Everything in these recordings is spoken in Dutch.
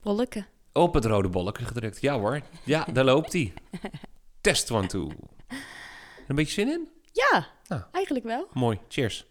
Bolleke. Op het rode bolletje gedrukt. Ja hoor. Ja, daar loopt hij. Test 1, 2. Een beetje zin in? Ja, Nou. eigenlijk wel. Mooi. Cheers.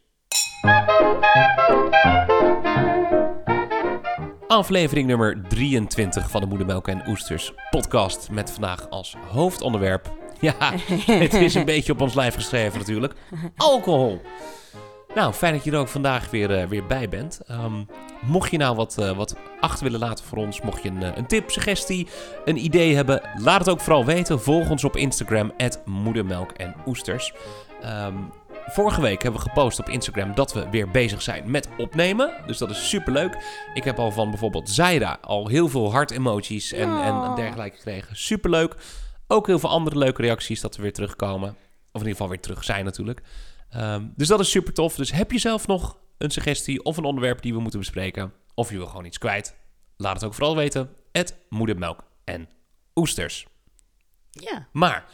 Aflevering nummer 23 van de Moedermelk en Oesters podcast. Met vandaag als hoofdonderwerp... Ja, het is een beetje op ons lijf geschreven natuurlijk. Alcohol. Nou, fijn dat je er ook vandaag weer bij bent. Mocht je nou wat achter willen laten voor ons, mocht je een tip, suggestie, een idee hebben, laat het ook vooral weten. Volg ons op Instagram, @moedermelk en oesters. Vorige week hebben we gepost op Instagram dat we weer bezig zijn met opnemen. Dus dat is superleuk. Ik heb al van bijvoorbeeld Zaira al heel veel hart-emoties en dergelijke gekregen. Superleuk. Ook heel veel andere leuke reacties dat we weer terugkomen. Of in ieder geval weer terug zijn natuurlijk. Dus dat is super tof. Dus heb je zelf nog een suggestie of een onderwerp die we moeten bespreken? Of je wil gewoon iets kwijt? Laat het ook vooral weten. @moedermelk en oesters. Ja. Maar,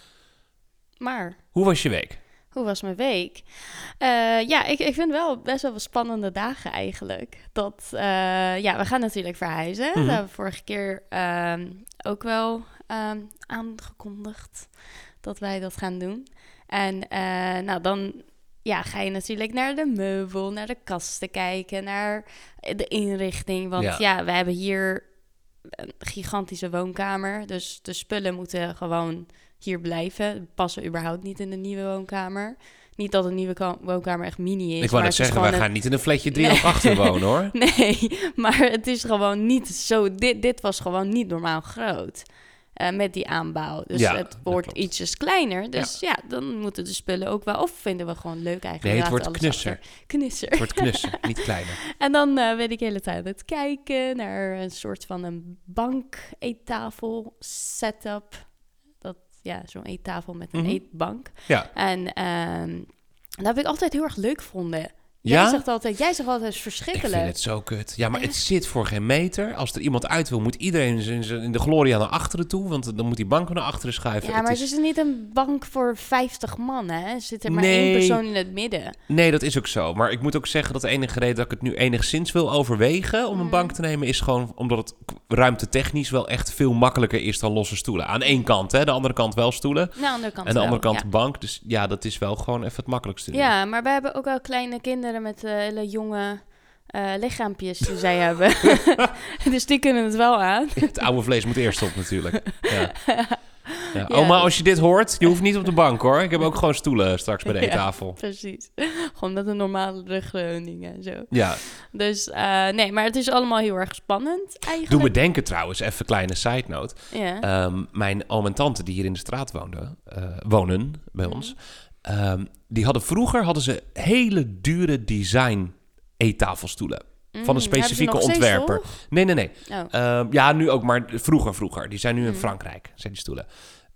hoe was je week? Hoe was mijn week? Ik vind wel best wel wat spannende dagen eigenlijk. We gaan natuurlijk verhuizen. Mm-hmm. Dat hebben we vorige keer ook wel aangekondigd dat wij dat gaan doen. En dan ga je natuurlijk naar de meubel, naar de kasten kijken, naar de inrichting. Want we hebben hier een gigantische woonkamer. Dus de spullen moeten gewoon hier blijven. Passen überhaupt niet in de nieuwe woonkamer. Niet dat een nieuwe woonkamer echt mini is. Ik wou net zeggen, wij gaan niet in een flatje 3 of 8 wonen hoor. Nee, maar het is gewoon niet zo... Dit was gewoon niet normaal groot. Met die aanbouw. Dus het wordt ietsjes kleiner. Dus dan moeten de spullen ook wel... Of vinden we gewoon leuk eigenlijk. Nee, het wordt knusser. Knusser. Het wordt knusser, niet kleiner. En dan ben ik de hele tijd aan het kijken naar een soort van een bank-eettafel setup. Zo'n eettafel met een eetbank. Ja. En dat heb ik altijd heel erg leuk gevonden. Ja? Jij zegt altijd verschrikkelijk. Ik vind het zo kut. Ja, maar het zit voor geen meter. Als er iemand uit wil, moet iedereen in de gloria naar achteren toe. Want dan moet die bank naar achteren schuiven. Ja, maar het is niet een bank voor 50 man, hè? Er zit er maar één persoon in het midden. Nee, dat is ook zo. Maar ik moet ook zeggen dat de enige reden dat ik het nu enigszins wil overwegen om een bank te nemen, is gewoon omdat het ruimtetechnisch wel echt veel makkelijker is dan losse stoelen. Aan één kant, hè? De andere kant wel stoelen. De andere kant en de andere kant ja. de bank. Dus ja, dat is wel gewoon even het makkelijkste. Ja, maar we hebben ook al kleine kinderen met hele jonge lichaampjes die zij hebben. Dus die kunnen het wel aan. Het oude vlees moet eerst op natuurlijk. Ja. Ja. Oma, als je dit hoort, je hoeft niet op de bank hoor. Ik heb ook gewoon stoelen straks bij de eettafel. Precies. Gewoon met een normale rugleuning en zo. Ja. Dus maar het is allemaal heel erg spannend eigenlijk. Doe me denken trouwens, even een kleine side note. Ja. Mijn oom en tante die hier in de straat wonen bij ons. Vroeger hadden ze hele dure design eettafelstoelen. Van een specifieke ontwerper. Nee. Oh. Nu ook, maar vroeger. Die zijn nu in Frankrijk, zijn die stoelen.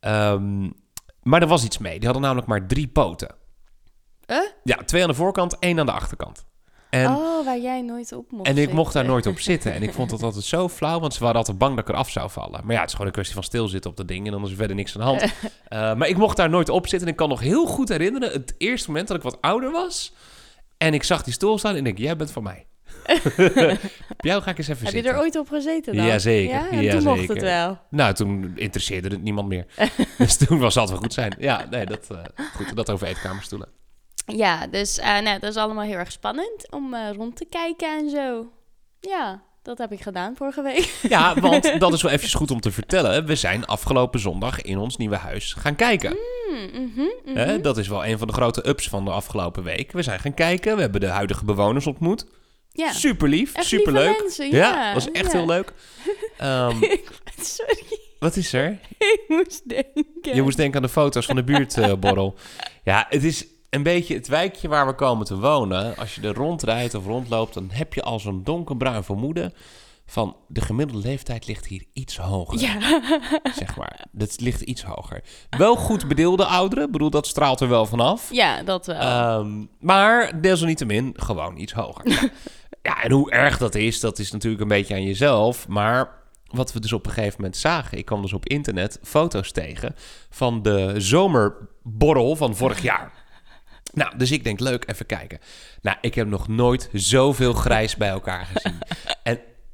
Maar er was iets mee. Die hadden namelijk maar 3 poten. Ja, 2 aan de voorkant, 1 aan de achterkant. Waar jij nooit op mocht En ik mocht daar nooit op zitten. En ik vond dat altijd zo flauw, want ze waren altijd bang dat ik eraf zou vallen. Maar ja, het is gewoon een kwestie van stilzitten op dat ding en dan is er verder niks aan de hand. Maar ik mocht daar nooit op zitten. En ik kan nog heel goed herinneren, het eerste moment dat ik wat ouder was. En ik zag die stoel staan en ik denk, jij bent van mij. Op jou ga ik eens even zitten. Heb je er ooit op gezeten dan? Jazeker. Ja, toen mocht het wel. Nou, toen interesseerde het niemand meer. Dus toen was het wel goed zijn. Ja, nee, dat over eetkamerstoelen. Ja, dus dat is allemaal heel erg spannend om rond te kijken en zo. Ja, dat heb ik gedaan vorige week. Ja, want dat is wel eventjes goed om te vertellen. We zijn afgelopen zondag in ons nieuwe huis gaan kijken. Dat is wel een van de grote ups van de afgelopen week. We zijn gaan kijken. We hebben de huidige bewoners ontmoet. Ja. Super lief, echt super leuk. Mensen, ja, dat was echt heel leuk. Sorry. Wat is er? Ik moest denken. Je moest denken aan de foto's van de buurtborrel. Ja, het is een beetje het wijkje waar we komen te wonen. Als je er rondrijdt of rondloopt, dan heb je al zo'n donkerbruin vermoeden van de gemiddelde leeftijd ligt hier iets hoger. Ja. Zeg maar. Dat ligt iets hoger. Wel goed bedeelde ouderen. Ik bedoel, dat straalt er wel vanaf. Ja, dat wel. Maar desalniettemin gewoon iets hoger. Ja, en hoe erg dat is natuurlijk een beetje aan jezelf. Maar wat we dus op een gegeven moment zagen, ik kwam dus op internet foto's tegen van de zomerborrel van vorig jaar. Nou, dus ik denk, leuk, even kijken. Nou, ik heb nog nooit zoveel grijs bij elkaar gezien. En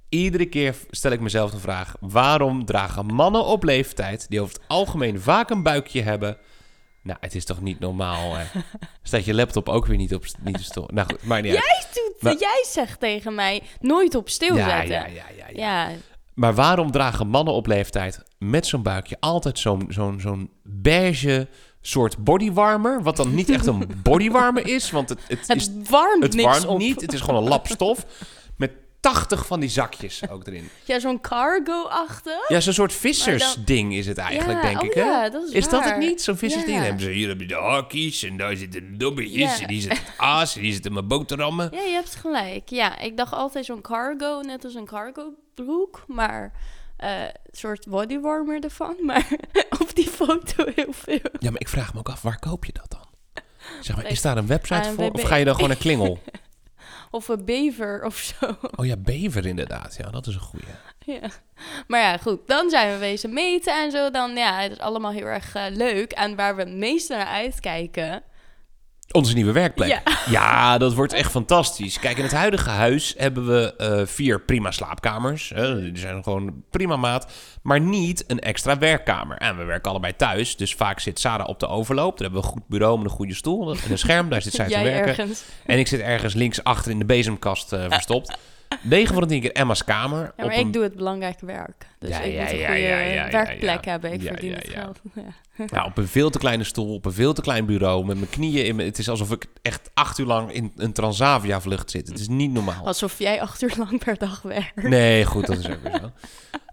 iedere keer stel ik mezelf de vraag... waarom dragen mannen op leeftijd... die over het algemeen vaak een buikje hebben... Nou, het is toch niet normaal, hè? Staat je laptop ook weer niet te stil? Nou goed, maakt niet uit. Jij zegt tegen mij nooit op stil zetten. Ja. Maar waarom dragen mannen op leeftijd met zo'n buikje altijd zo'n beige soort bodywarmer? Wat dan niet echt een bodywarmer is, want het warmt niet. Het is gewoon een lap stof met 80 van die zakjes ook erin. Ja, zo'n cargo-achtig. Ja, zo'n soort vissersding is het eigenlijk, denk ik. Hè? Ja, dat is waar. Dat het niet? Zo'n vissersding. Hier heb je de hakjes en daar zitten de dobbeltjes en die zitten het aas en die zitten mijn boterhammen. Ja, je hebt gelijk. Ja, ik dacht altijd zo'n cargo, net als een cargo broek, maar soort bodywarmer ervan. Maar op die foto heel veel. Ja, maar ik vraag me ook af, waar koop je dat dan? Zeg maar, is daar een website voor? Of ga je dan gewoon naar Klingel? Of een bever of zo. Oh ja, bever inderdaad. Ja, dat is een goeie. Ja. Maar ja, goed. Dan zijn we wezen meten en zo. Dan, ja, het is allemaal heel erg leuk. En waar we het meeste naar uitkijken... Onze nieuwe werkplek. Ja, dat wordt echt fantastisch. Kijk, in het huidige huis hebben we 4 prima slaapkamers. Die zijn gewoon prima maat. Maar niet een extra werkkamer. En we werken allebei thuis. Dus vaak zit Sarah op de overloop. Daar hebben we een goed bureau met een goede stoel en een scherm. Daar zit zij te werken. Ergens. En ik zit ergens links achter in de bezemkast verstopt. 9 van de 10 keer Emma's kamer. Ja, maar ik doe het belangrijke werk. Dus ik moet een goede werkplek hebben. Ik verdien het geld. Ja, op een veel te kleine stoel, op een veel te klein bureau, met mijn knieën in het is alsof ik echt 8 uur lang in een Transavia-vlucht zit. Het is niet normaal. Alsof jij 8 uur lang per dag werkt. Nee, goed, dat is ook weer zo.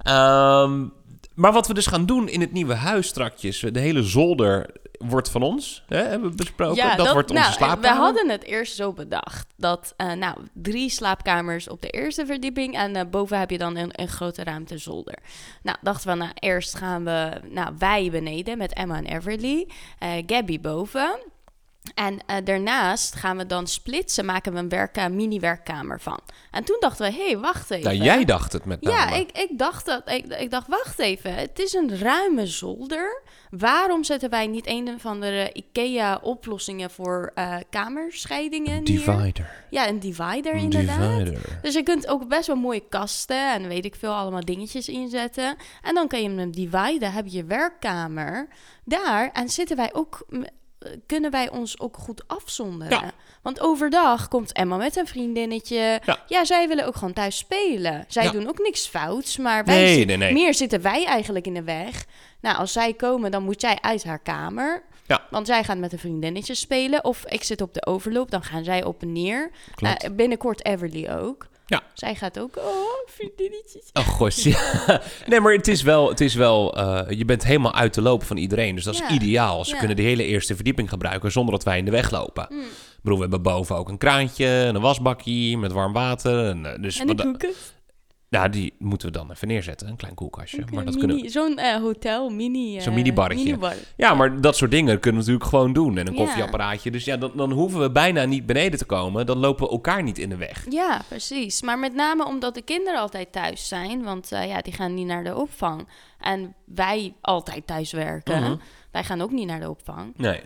Maar wat we dus gaan doen in het nieuwe huis strakjes, de hele zolder wordt van ons, hebben we besproken. Ja, dat wordt onze slaapkamer. We hadden het eerst zo bedacht dat 3 slaapkamers op de eerste verdieping en boven heb je dan een grote ruimte zolder. Nou, dachten we, eerst gaan we, wij beneden met Emma en Everly, Gabby boven. En daarnaast gaan we dan splitsen, maken we een mini-werkkamer van. En toen dachten we, wacht even. Nou, jij dacht het met name. Ja, ik dacht, wacht even. Het is een ruime zolder. Waarom zetten wij niet een of andere IKEA-oplossingen voor kamerscheidingen divider. neer? Ja, een divider inderdaad. Dus je kunt ook best wel mooie kasten en weet ik veel, allemaal dingetjes inzetten. En dan kan je hem dividen, heb je werkkamer daar. En kunnen wij ons ook goed afzonderen. Ja. Want overdag komt Emma met een vriendinnetje. Ja, zij willen ook gewoon thuis spelen. Zij doen ook niks fouts, maar meer zitten wij eigenlijk in de weg. Nou, als zij komen, dan moet zij uit haar kamer. Ja. Want zij gaat met een vriendinnetje spelen. Of ik zit op de overloop, dan gaan zij op en neer. Binnenkort Everly ook. Ja. Zij gaat ook, vriendinnetjes. Oh, gosh. Ja. Nee, maar het is wel je bent helemaal uit de loop van iedereen. Dus dat is ideaal. Ze kunnen de hele eerste verdieping gebruiken zonder dat wij in de weg lopen. Ik bedoel, we hebben boven ook een kraantje, een wasbakje met warm water. En de koeken? Ja, die moeten we dan even neerzetten. Een klein koelkastje. Maar dat zo'n hotel, zo'n mini-barretje. Minibar. Ja, maar dat soort dingen kunnen we natuurlijk gewoon doen. En een koffieapparaatje. Dus ja, dan hoeven we bijna niet beneden te komen. Dan lopen we elkaar niet in de weg. Ja, precies. Maar met name omdat de kinderen altijd thuis zijn. Want die gaan niet naar de opvang. En wij altijd thuis werken. Mm-hmm. Wij gaan ook niet naar de opvang. Nee.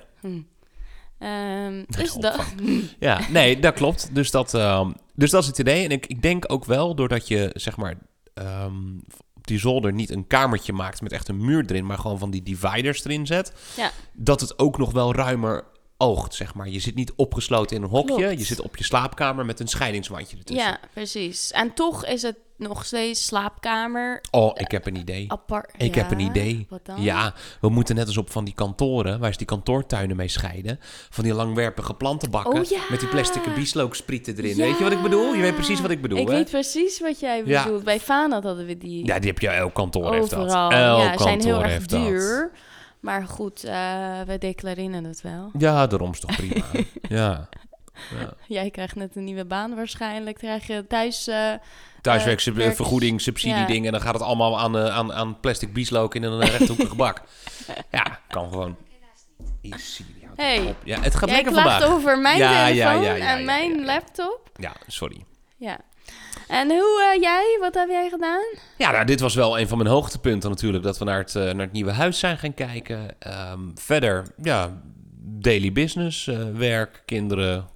Dus dat... Ja, nee, dat klopt. Dus dat is het idee. En ik denk ook wel, doordat je zeg maar op die zolder niet een kamertje maakt met echt een muur erin, maar gewoon van die dividers erin zet, dat het ook nog wel ruimer oogt, zeg maar. Je zit niet opgesloten in een hokje. Klopt. Je zit op je slaapkamer met een scheidingswandje ertussen. Ja, precies. En toch is het nog steeds slaapkamer. Oh, ik heb een idee. Ik heb een idee. Wat dan? Ja, we moeten net als op van die kantoren, waar ze die kantoortuinen mee scheiden, van die langwerpige plantenbakken met die plastic bieslook-sprieten erin. Ja. Weet je wat ik bedoel? Je weet precies wat ik bedoel, Ik weet precies wat jij bedoelt. Bij Fana hadden we die. Ja, die heb je elk kantoor overal. Heeft dat. Elk kantoor zijn heel erg heeft duur. Dat. Maar goed, we declareren het wel. Ja, daarom is het toch prima. Ja. Jij krijgt net een nieuwe baan waarschijnlijk. Krijg je thuiswerkvergoeding, subsidiedingen. En dan gaat het allemaal aan plastic bieslook in een rechthoekige bak. Ja, kan gewoon. Hey, ja, het gaat jij lekker vandaag. Over mijn telefoon en mijn laptop. Ja, sorry. Ja. En wat heb jij gedaan? Ja, nou, dit was wel een van mijn hoogtepunten natuurlijk. Dat we naar het nieuwe huis zijn gaan kijken. Verder, daily business. Werk, kinderen,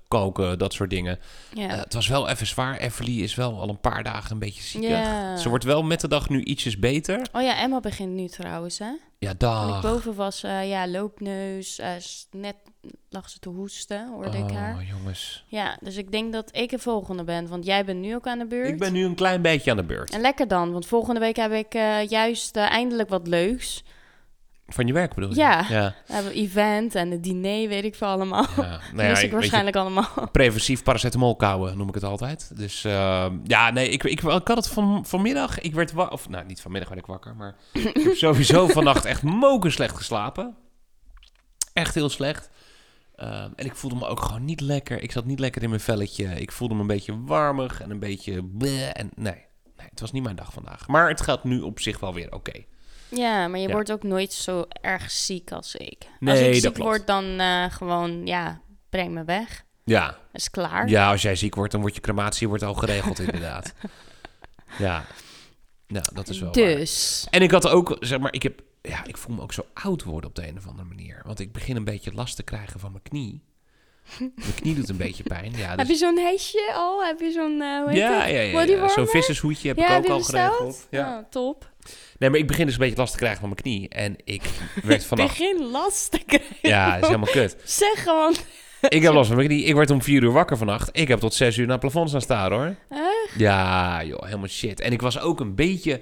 koken, dat soort dingen. Ja. Het was wel even zwaar. Everly is wel al een paar dagen een beetje ziekig. Ja. Ze wordt wel met de dag nu ietsjes beter. Oh ja, Emma begint nu trouwens, hè? Ja, Toen dag. ik boven was, loopneus. Net lag ze te hoesten, hoorde ik haar. Oh, jongens. Ja, dus ik denk dat ik de volgende ben. Want jij bent nu ook aan de beurt. Ik ben nu een klein beetje aan de beurt. En lekker dan, want volgende week heb ik juist eindelijk wat leuks. Van je werk bedoel je? Ja. Ja. We hebben een event en het diner, weet ik veel allemaal. Ja. Nou ja, Dus ik weet je, waarschijnlijk allemaal. preventief paracetamol kauwen, noem ik het altijd. Dus ik had het vanmiddag. Ik werd wakker. Of nou, niet vanmiddag werd ik wakker. Maar ik heb sowieso vannacht echt mokenslecht geslapen. Echt heel slecht. En ik voelde me ook gewoon niet lekker. Ik zat niet lekker in mijn velletje. Ik voelde me een beetje warmig en een beetje bleh. En nee, het was niet mijn dag vandaag. Maar het gaat nu op zich wel weer oké. Ja, maar je Ja. wordt ook nooit zo erg ziek als ik. Nee, als ik dat ziek klopt. word, dan gewoon, breng me weg. Ja. Dat is klaar. Ja, als jij ziek wordt, dan wordt je crematie al geregeld inderdaad. Ja. Nou, dat is wel waar. Dus. En ik had ook, zeg maar, ik voel me ook zo oud worden op de een of andere manier. Want ik begin een beetje last te krijgen van mijn knie. Mijn knie doet een beetje pijn. Ja, dus... Heb je zo'n hesje al? Heb je zo'n, hoe heet Ja, het? ja. Bodywarmer? Zo'n vissershoedje heb ik heb ook je al besteld? geregeld. Ja. Oh, top. Nee, maar ik begin dus een beetje last te krijgen van mijn knie. En ik werd vannacht... Begin last te krijgen. Ja, het is helemaal kut. Zeg gewoon. Ik heb last van mijn knie. Ik werd om 4 uur wakker vannacht. Ik heb tot 6 uur naar het plafond staan staan, hoor. Echt? Ja, joh, helemaal shit. En ik was ook een beetje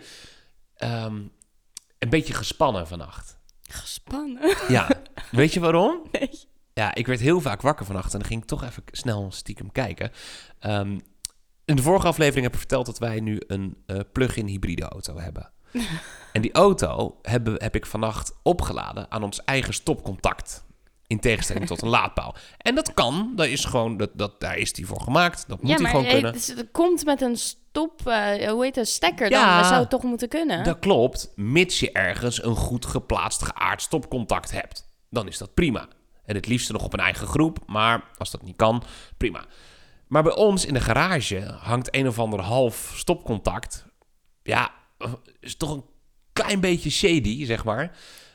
gespannen vannacht. Gespannen. Ja, weet je waarom? Nee. Ja, ik werd heel vaak wakker vannacht en dan ging ik toch even snel stiekem kijken. In de vorige aflevering heb ik verteld dat wij nu een plug-in hybride auto hebben. En die auto heb ik vannacht opgeladen aan ons eigen stopcontact. In tegenstelling tot een laadpaal. En dat kan, dat is gewoon, daar is die voor gemaakt. Dat moet hij gewoon kunnen. Het komt met een hoe heet het, stekker Ja. dan? Dat zou het toch moeten kunnen? Dat klopt, mits je ergens een goed geplaatst geaard stopcontact hebt. Dan is dat prima. En het liefste nog op een eigen groep, maar als dat niet kan, prima. Maar bij ons in de garage hangt een of ander half stopcontact. Ja, is toch een klein beetje shady, zeg maar.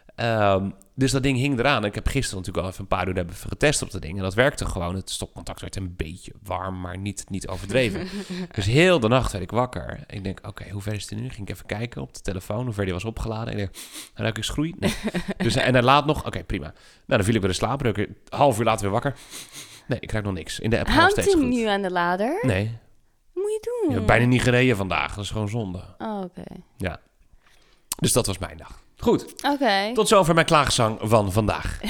Dus dat ding hing eraan. Ik heb gisteren natuurlijk al even een paar uur getest op dat ding. En dat werkte gewoon. Het stopcontact werd een beetje warm, maar niet overdreven. Dus heel de nacht werd ik wakker. Ik denk, oké, hoe ver is het nu? Ging ik even kijken op de telefoon, hoe ver die was opgeladen. Ik denk, ruik ik schroei? Nee. Dus, en hij laat nog, oké, prima. Nou, dan viel ik weer de slaap. Een half uur later weer wakker. Nee, ik ruik nog niks. In de app gaat nog Hangt steeds hij goed. nu aan de lader? Nee, Wat moet je ik doen? heb bijna niet gereden vandaag. Dat is gewoon zonde. Oh, oké. Ja. Dus dat was mijn dag. Goed. Oké. Tot zover mijn klaagzang van vandaag.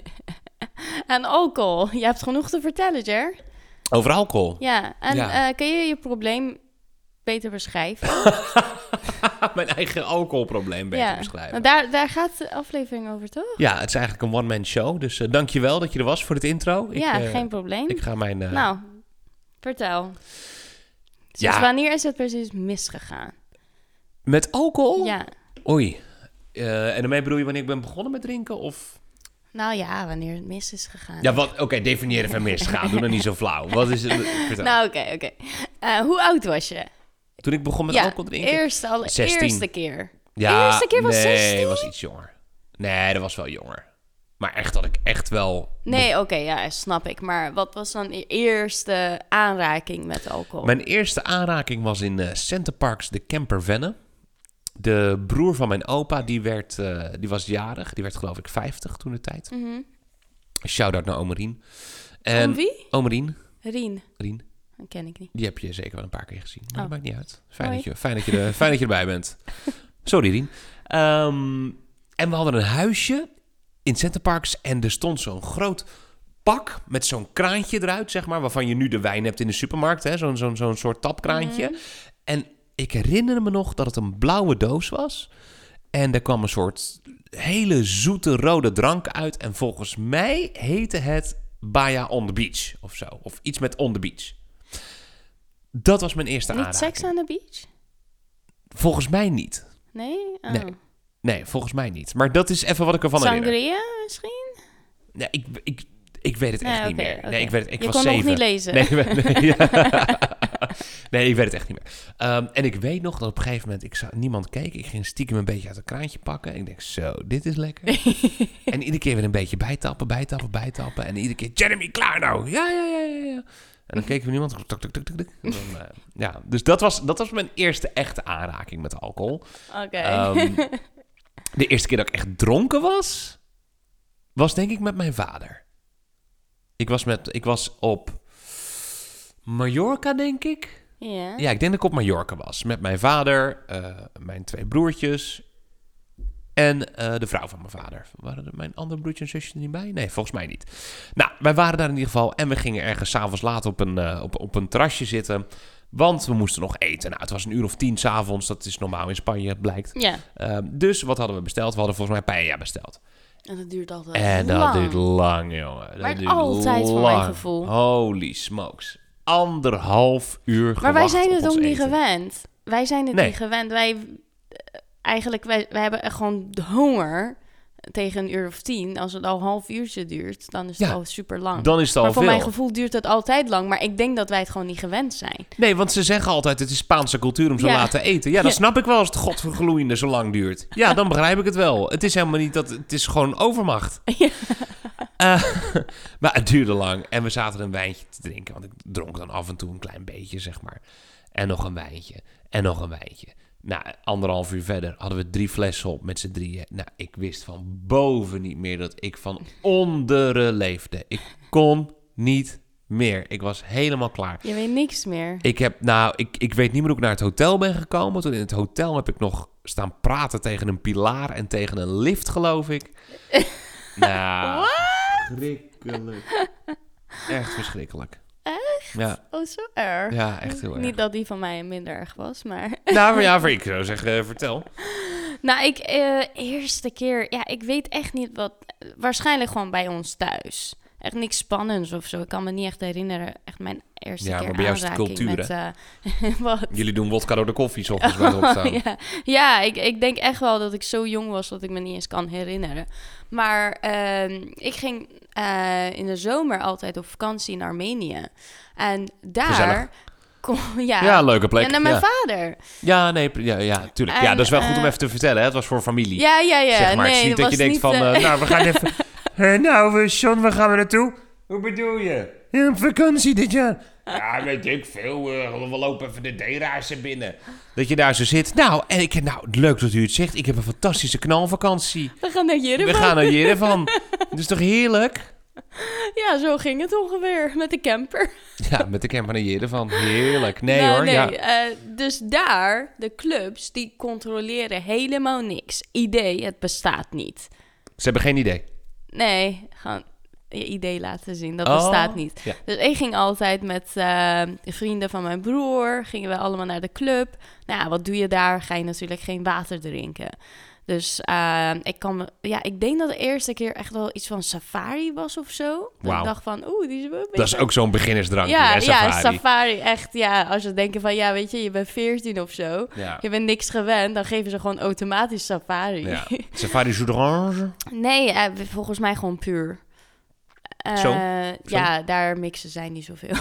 En alcohol. Je hebt genoeg te vertellen, Jer. Over alcohol. Ja. En Ja. kun je je probleem beter beschrijven? Mijn eigen alcoholprobleem beter beschrijven. Nou, daar gaat de aflevering over, toch? Ja, het is eigenlijk een one-man show. Dus dankjewel dat je er was voor het intro. Geen probleem. Ik ga mijn... Nou, vertel. Dus Ja. wanneer is het precies misgegaan? Met alcohol? Ja. Oei. En daarmee bedoel je wanneer ik ben begonnen met drinken? Of... Nou ja, wanneer het mis is gegaan. Ja, oké, definieer even misgaan. Doe nou niet zo flauw. Wat is het? Vertel. Nou, oké. Hoe oud was je? Toen ik begon met alcohol drinken? Eerste 16. keer. Ja, eerste keer was 16? Nee, was iets jonger. Nee, dat was wel jonger. Maar echt dat ik echt wel... Nee, oké, ja, snap ik. Maar wat was dan je eerste aanraking met alcohol? Mijn eerste aanraking was in Center Parcs de Camper Venne. De broer van mijn opa, die was jarig. Die werd geloof ik 50 toen de tijd. Mhm. Shout-out naar Ome Rien. En Om wie? Ome Rien. Rien. Rien. Dat ken ik niet. Die heb je zeker wel een paar keer gezien. Maar Oh. dat maakt niet uit. Hoi. Fijn dat je erbij bent. Sorry, Rien. En we hadden een huisje in Center Parcs. En er stond zo'n groot pak met zo'n kraantje eruit, zeg maar. Waarvan je nu de wijn hebt in de supermarkt. Hè? Zo'n soort tapkraantje. Mhm. En ik herinner me nog dat het een blauwe doos was. En er kwam een soort hele zoete rode drank uit. En volgens mij heette het Baja on the Beach of zo. Of iets met on the beach. Dat was mijn eerste Niet aanraking. Sex on the Beach? Volgens mij niet. Nee? Oh. Nee, volgens mij niet. Maar dat is even wat ik ervan herinner. Sangria misschien? Nee, ik weet het echt niet oké, meer. oké. Nee, ik weet het. Ik Je was kon 7. nog niet lezen. Nee, ja. Nee, ik weet het echt niet meer. En ik weet nog dat op een gegeven moment niemand keek. Ik ging stiekem een beetje uit het kraantje pakken. En ik denk, zo, dit is lekker. En iedere keer weer een beetje bijtappen. En iedere keer, Jeremy, klaar nou. Ja. En dan keken we niemand. Dus dat was mijn eerste echte aanraking met alcohol. Oké. De eerste keer dat ik echt dronken was denk ik met mijn vader. Ik was op Mallorca, denk ik. Ja. Ja, ik denk dat ik op Mallorca was. Met mijn vader, mijn 2 broertjes en de vrouw van mijn vader. Waren er mijn andere broertje en zusje er niet bij? Nee, volgens mij niet. Nou, wij waren daar in ieder geval en we gingen ergens 's avonds laat op een terrasje zitten. Want we moesten nog eten. Nou, het was 1:10 's avonds. Dat is normaal in Spanje, het blijkt. Ja. Dus wat hadden we besteld? We hadden volgens mij paella besteld. En dat duurt altijd En lang. dat duurt lang, jongen. Maar altijd van mijn gevoel. Holy smokes. 1,5 uur gewacht. Maar wij zijn het op ons ook niet eten. gewend. Wij zijn het niet gewend. Wij hebben echt gewoon de honger tegen 1:10. Als het al een half uurtje duurt, dan is het al super lang. Dan is het al maar voor veel. mijn gevoel duurt het altijd lang. Maar ik denk dat wij het gewoon niet gewend zijn. Nee, want ze zeggen altijd, het is Spaanse cultuur om zo laat te eten. Ja, dat snap ik wel als het godvergloeiende zo lang duurt. Ja, dan begrijp ik het wel. Het is helemaal niet dat... Het is gewoon overmacht. Ja. Maar het duurde lang. En we zaten een wijntje te drinken. Want ik dronk dan af en toe een klein beetje, zeg maar. En nog een wijntje. En nog een wijntje. Nou, 1,5 uur verder hadden we 3 flessen op met z'n drieën. Nou, ik wist van boven niet meer dat ik van onderen leefde. Ik kon niet meer. Ik was helemaal klaar. Je weet niks meer. Ik weet niet meer hoe ik naar het hotel ben gekomen. Toen in het hotel heb ik nog staan praten tegen een pilaar en tegen een lift, geloof ik. Nou, verschrikkelijk. Echt verschrikkelijk. Echt? Ja. Oh, zo erg. Ja, echt heel erg. Niet dat die van mij minder erg was, maar... Nou, maar ja, ik zou zeggen, vertel. Nou, eerste keer... Ja, ik weet echt niet wat... Waarschijnlijk gewoon bij ons thuis. Echt niks spannends of zo. Ik kan me niet echt herinneren. Echt mijn eerste keer maar bij jou is het cultuur, met, wat? Jullie doen wodka door de koffie, 's ochtends bij het opstaan. Ja, ik denk echt wel dat ik zo jong was dat ik me niet eens kan herinneren. Maar ik ging in de zomer altijd op vakantie in Armenië. En daar... Ja, leuke plek. En naar mijn vader. Ja, nee, ja, tuurlijk. Ja, dat is wel goed om even te vertellen. Hè? Het was voor familie. Ja. Zeg maar, Nee, het is niet dat je denkt niet, van... nou, we gaan even... nou, John, waar gaan we naartoe? Hoe bedoel je? Ja, vakantie dit jaar. Ja, weet ik veel. We lopen even de D-reizen binnen. Dat je daar zo zit. Nou, leuk dat u het zegt. Ik heb een fantastische knalvakantie. We gaan naar Jerevan. We gaan naar Jerevan. Dat is toch heerlijk? Ja, zo ging het ongeveer met de camper. Ja, met de camper naar Jerevan. Heerlijk. Nee hoor. Nee. Ja. Dus daar, de clubs, die controleren helemaal niks. Idee, het bestaat niet. Ze hebben geen idee. Nee, gewoon je idee laten zien. Dat bestaat niet. Ja. Dus ik ging altijd met de vrienden van mijn broer. Gingen we allemaal naar de club. Nou, wat doe je daar? Ga je natuurlijk geen water drinken. Dus ik denk dat de eerste keer echt wel iets van safari was of zo. Wow. Ik dacht van, die is wel een beetje... Dat is ook zo'n beginnersdrankje, ja, hè, safari. Ja, safari, echt. Ja, als je denkt van, ja, weet je bent 14 of zo. Ja. Je bent niks gewend, dan geven ze gewoon automatisch safari. Ja. Safari jus d'orange? Nee, volgens mij gewoon puur. Zo? Ja, daar mixen zij niet zoveel.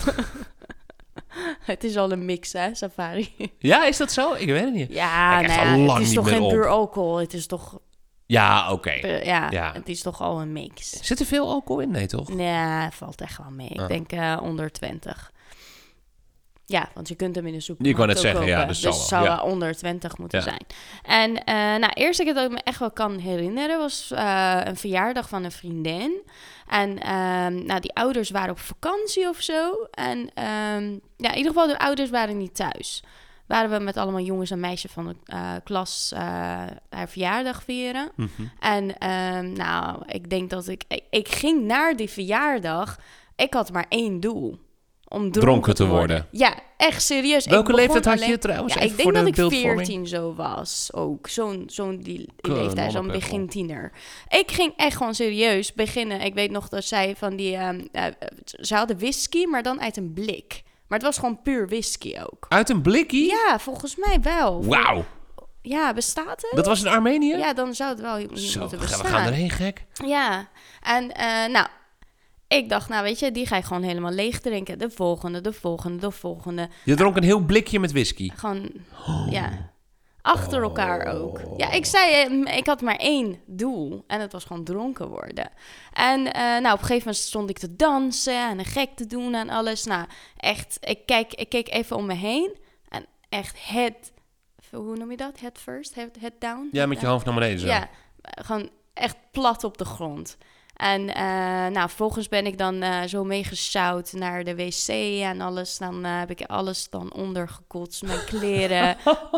Het is al een mix, hè, safari. Ja, is dat zo? Ik weet het niet. Ja, het is toch geen puur alcohol. Het is toch... Ja, oké. Ja, het is toch al een mix. Zit er veel alcohol in? Nee, toch? Nee, valt echt wel mee. Ik denk onder 20. Ja, want je kunt hem in de soep. Je kan het zeggen, kopen. ja. Dus het zou wel onder 20 moeten zijn. En eerste keer dat ik me echt wel kan herinneren was een verjaardag van een vriendin. En die ouders waren op vakantie of zo. En in ieder geval de ouders waren niet thuis. Waren we met allemaal jongens en meisjes van de klas haar verjaardag vieren. Mm-hmm. En ik denk dat ik ging naar die verjaardag. Ik had maar 1 doel. Om dronken te worden. Ja, echt serieus. Welke leeftijd had je trouwens? Ja, ik denk dat ik 14 zo was. Ook zo'n die leeftijd, zo'n begin tiener. Ik ging echt gewoon serieus beginnen. Ik weet nog dat zij van die... ze hadden whisky, maar dan uit een blik. Maar het was gewoon puur whisky ook. Uit een blikkie? Ja, volgens mij wel. Wauw. Ja, bestaat het? Dat was in Armenië? Ja, dan zou het wel moeten bestaan. We gaan erheen, gek. Ja, en ik dacht, nou weet je, die ga ik gewoon helemaal leeg drinken. De volgende. Je dronk een heel blikje met whisky. Gewoon, ja, achter elkaar ook. Ja, ik zei, ik had maar 1 doel. En dat was gewoon dronken worden. En nou, op een gegeven moment stond ik te dansen en gek te doen en alles. Nou, echt, ik keek even om me heen. En echt hoe noem je dat? Head first? Head down? Ja, met je hoofd naar beneden zo. Ja, gewoon echt plat op de grond. En nou, vervolgens ben ik dan zo meegesjouwd naar de wc en alles. Dan heb ik alles dan ondergekotst, mijn kleren,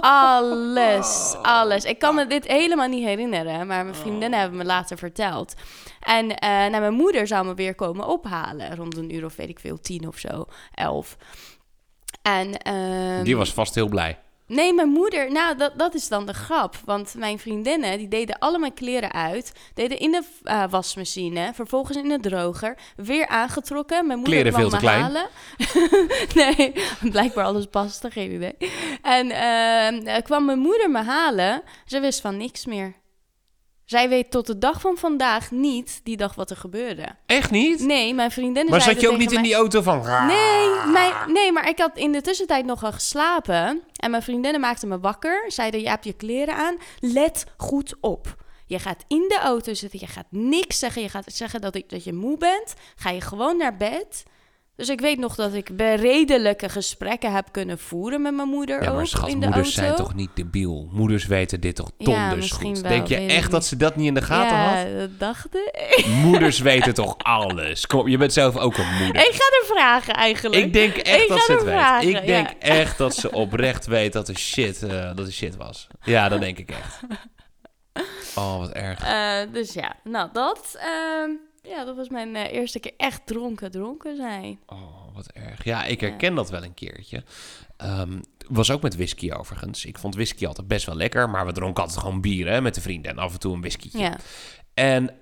alles. Ik kan me dit helemaal niet herinneren, maar mijn vriendinnen hebben me later verteld. En nou, mijn moeder zou me weer komen ophalen, rond een uur of weet ik veel, 10 of zo, 11. En, die was vast heel blij. Nee, mijn moeder, nou, dat is dan de grap. Want mijn vriendinnen, die deden allemaal kleren uit. Deden in de wasmachine, vervolgens in de droger. Weer aangetrokken. Mijn moeder kleren kwam veel te me klein. halen. Nee, blijkbaar alles paste, geen idee. En kwam mijn moeder me halen. Ze wist van niks meer. Zij weet tot de dag van vandaag niet die dag wat er gebeurde. Echt niet? Nee, mijn vriendinnen Maar zeiden zat je ook tegen niet in mij, die auto van... Nee, maar ik had in de tussentijd nog wel geslapen. En mijn vriendinnen maakten me wakker. Zeiden, je hebt je kleren aan. Let goed op. Je gaat in de auto zitten. Je gaat niks zeggen. Je gaat zeggen dat je moe bent. Ga je gewoon naar bed. Dus ik weet nog dat ik redelijke gesprekken heb kunnen voeren met mijn moeder Ja, maar ook schat, in de moeders auto. zijn toch niet debiel? Moeders weten dit toch Ja, donders misschien goed? wel, Denk je weet ik echt dat niet. ze dat niet in de gaten had? Ja, dat dacht ik. Moeders weten toch alles? Kom op, je bent zelf ook een moeder. Ik ga er vragen eigenlijk. Ik denk echt Ik dat ga ze het er weet. vragen, Ik denk ja. echt dat ze oprecht weet dat de shit was. Ja, dat denk ik echt. Oh, wat erg. Dus ja, nou dat was mijn eerste keer echt dronken zijn. Oh, wat erg. Ja, ik herken dat wel een keertje. Was ook met whisky overigens. Ik vond whisky altijd best wel lekker, maar we dronken altijd gewoon bier hè, met de vrienden en af en toe een whiskytje. Ja. En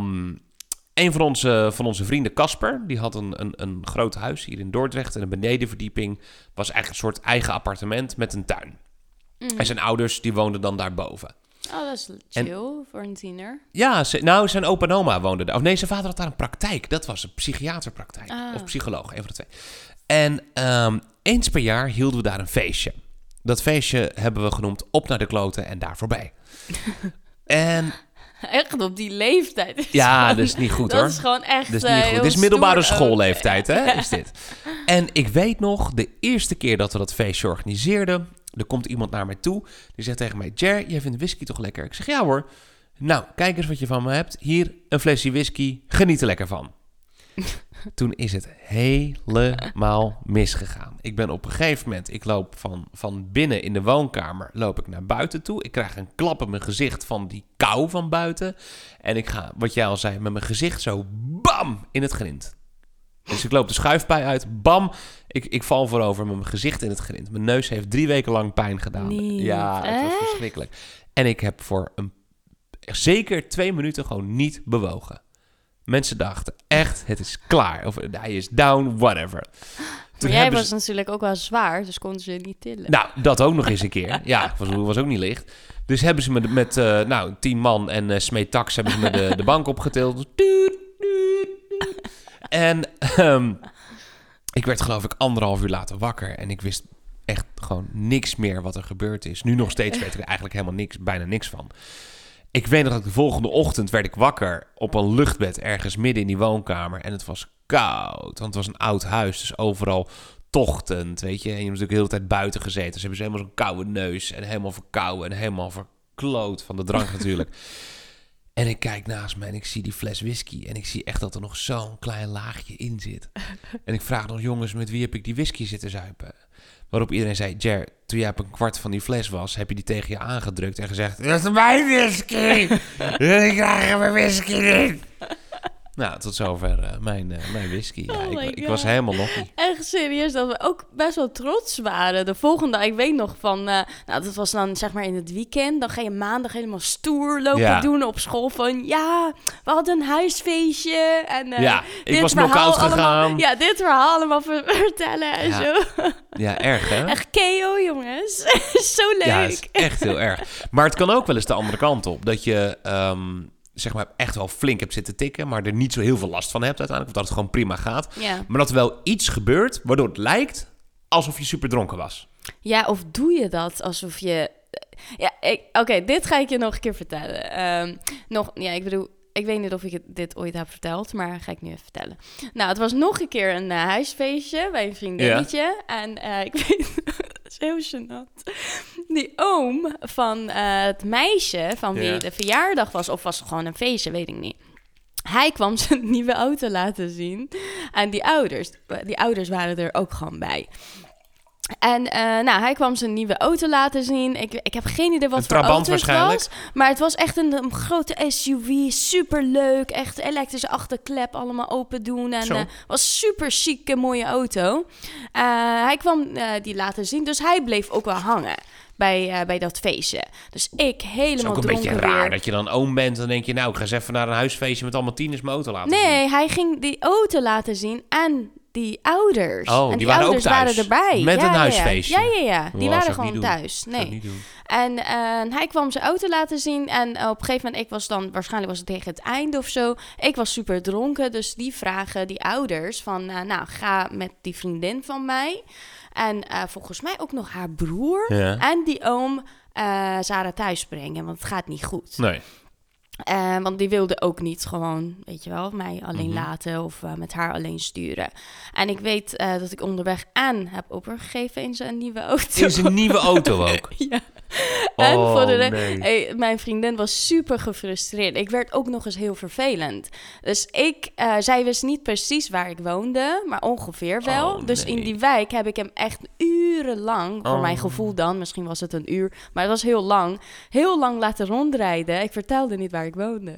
een van onze vrienden, Casper, die had een groot huis hier in Dordrecht. En de benedenverdieping was eigenlijk een soort eigen appartement met een tuin. En zijn ouders, die woonden dan daarboven. Oh, dat is chill voor een tiener. Ja, zijn opa en oma woonden daar. Of nee, zijn vader had daar een praktijk. Dat was een psychiaterpraktijk. Of psycholoog, een van de twee. En eens per jaar hielden we daar een feestje. Dat feestje hebben we genoemd Op naar de kloten en daar voorbij. En... Echt op die leeftijd. Ja, dat is niet goed hoor. Dat is gewoon echt dat is niet goed. Dit is middelbare schoolleeftijd, hè, is dit. En ik weet nog, de eerste keer dat we dat feestje organiseerden, er komt iemand naar mij toe. Die zegt tegen mij, Jer, jij vindt whisky toch lekker? Ik zeg, ja hoor. Nou, kijk eens wat je van me hebt. Hier, een flesje whisky. Geniet er lekker van. Toen is het helemaal misgegaan. Ik ben op een gegeven moment, ik loop van binnen in de woonkamer, loop ik naar buiten toe. Ik krijg een klap op mijn gezicht van die kou van buiten. En ik ga, wat jij al zei, met mijn gezicht zo bam in het grind. Dus ik loop de schuifpui uit, bam. Ik val voorover met mijn gezicht in het grind. Mijn neus heeft 3 weken lang pijn gedaan. Niet. Ja, het was verschrikkelijk. En ik heb voor zeker 2 minuten gewoon niet bewogen. Mensen dachten echt, het is klaar. Of hij is down, whatever. Maar jij was natuurlijk ook wel zwaar, dus konden ze je niet tillen. Nou, dat ook nog eens een keer. Ja, was ook niet licht. Dus hebben ze me met 10 man en Smeet Tax hebben ze me de bank opgetild. En ik werd geloof ik 1,5 uur later wakker. En ik wist echt gewoon niks meer wat er gebeurd is. Nu nog steeds weet ik er eigenlijk helemaal bijna niks van. Ik weet nog dat de volgende ochtend werd ik wakker op een luchtbed ergens midden in die woonkamer. En het was koud, want het was een oud huis. Dus overal tochtend, weet je. En je hebt natuurlijk de hele tijd buiten gezeten. Dus hebben ze helemaal zo'n koude neus en helemaal verkouden en helemaal verkloot van de drank natuurlijk. En ik kijk naast me en ik zie die fles whisky. En ik zie echt dat er nog zo'n klein laagje in zit. En ik vraag nog, jongens, met wie heb ik die whisky zitten zuipen? Waarop iedereen zei, Jer, toen jij op een kwart van die fles was, heb je die tegen je aangedrukt en gezegd, dat is mijn whisky! Ik krijg er mijn whisky niet! Nou, tot zover mijn whisky. Ja, ik was helemaal nokkie. Echt serieus, dat we ook best wel trots waren. De volgende dag, ik weet nog van... dat was dan zeg maar in het weekend. Dan ga je maandag helemaal stoer lopen doen op school. Van ja, we hadden een huisfeestje. En, ik was knock-out gegaan. Ja, dit verhaal allemaal vertellen en zo. Ja, erg hè? Echt KO, jongens. Zo leuk. Ja, het is echt heel erg. Maar het kan ook wel eens de andere kant op. Dat je... zeg maar echt wel flink hebt zitten tikken, maar er niet zo heel veel last van hebt uiteindelijk, of dat het gewoon prima gaat. Ja. Maar dat er wel iets gebeurt waardoor het lijkt alsof je super dronken was. Ja, of doe je dat alsof je... Ja, oké, dit ga ik je nog een keer vertellen. Ik weet niet of ik dit ooit heb verteld, maar ga ik nu even vertellen. Nou, het was nog een keer een huisfeestje bij een vriendinnetje. Ja. En ik weet, het is heel gênant. Die oom van het meisje van wie de verjaardag was, of was het gewoon een feestje, weet ik niet. Hij kwam zijn nieuwe auto laten zien. En die ouders waren er ook gewoon bij. En hij kwam zijn nieuwe auto laten zien. Ik heb geen idee wat voor auto het was. Maar het was echt een grote SUV. Superleuk. Echt elektrische achterklep. Allemaal open doen. En was super chique, mooie auto. Hij kwam die laten zien. Dus hij bleef ook wel hangen bij dat feestje. Dus ik helemaal dronken. Het is ook een beetje raar dat je dan oom bent. Dan denk je, nou, ik ga eens even naar een huisfeestje met allemaal tieners mijn auto laten zien. Nee, hij ging die auto laten zien en die ouders. Oh, en die waren ouders ook thuis? Waren erbij. Met een huisfeestje? Ja. Die waren gewoon thuis. Nee. En hij kwam zijn auto laten zien. En op een gegeven moment, waarschijnlijk was het tegen het einde of zo. Ik was super dronken. Dus die vragen die ouders van, ga met die vriendin van mij. En volgens mij ook nog haar broer. Ja. En die oom Sarah thuis brengen. Want het gaat niet goed. Nee. Want die wilde ook niet gewoon, weet je wel, mij alleen laten of met haar alleen sturen. En ik weet dat ik onderweg aan heb overgegeven in zijn nieuwe auto. In zijn nieuwe auto ook? Ja. En mijn vriendin was super gefrustreerd. Ik werd ook nog eens heel vervelend. Dus zij wist niet precies waar ik woonde, maar ongeveer wel. Dus in die wijk heb ik hem echt urenlang, voor mijn gevoel dan, misschien was het een uur, maar het was heel lang laten rondrijden. Ik vertelde niet waar ik woonde.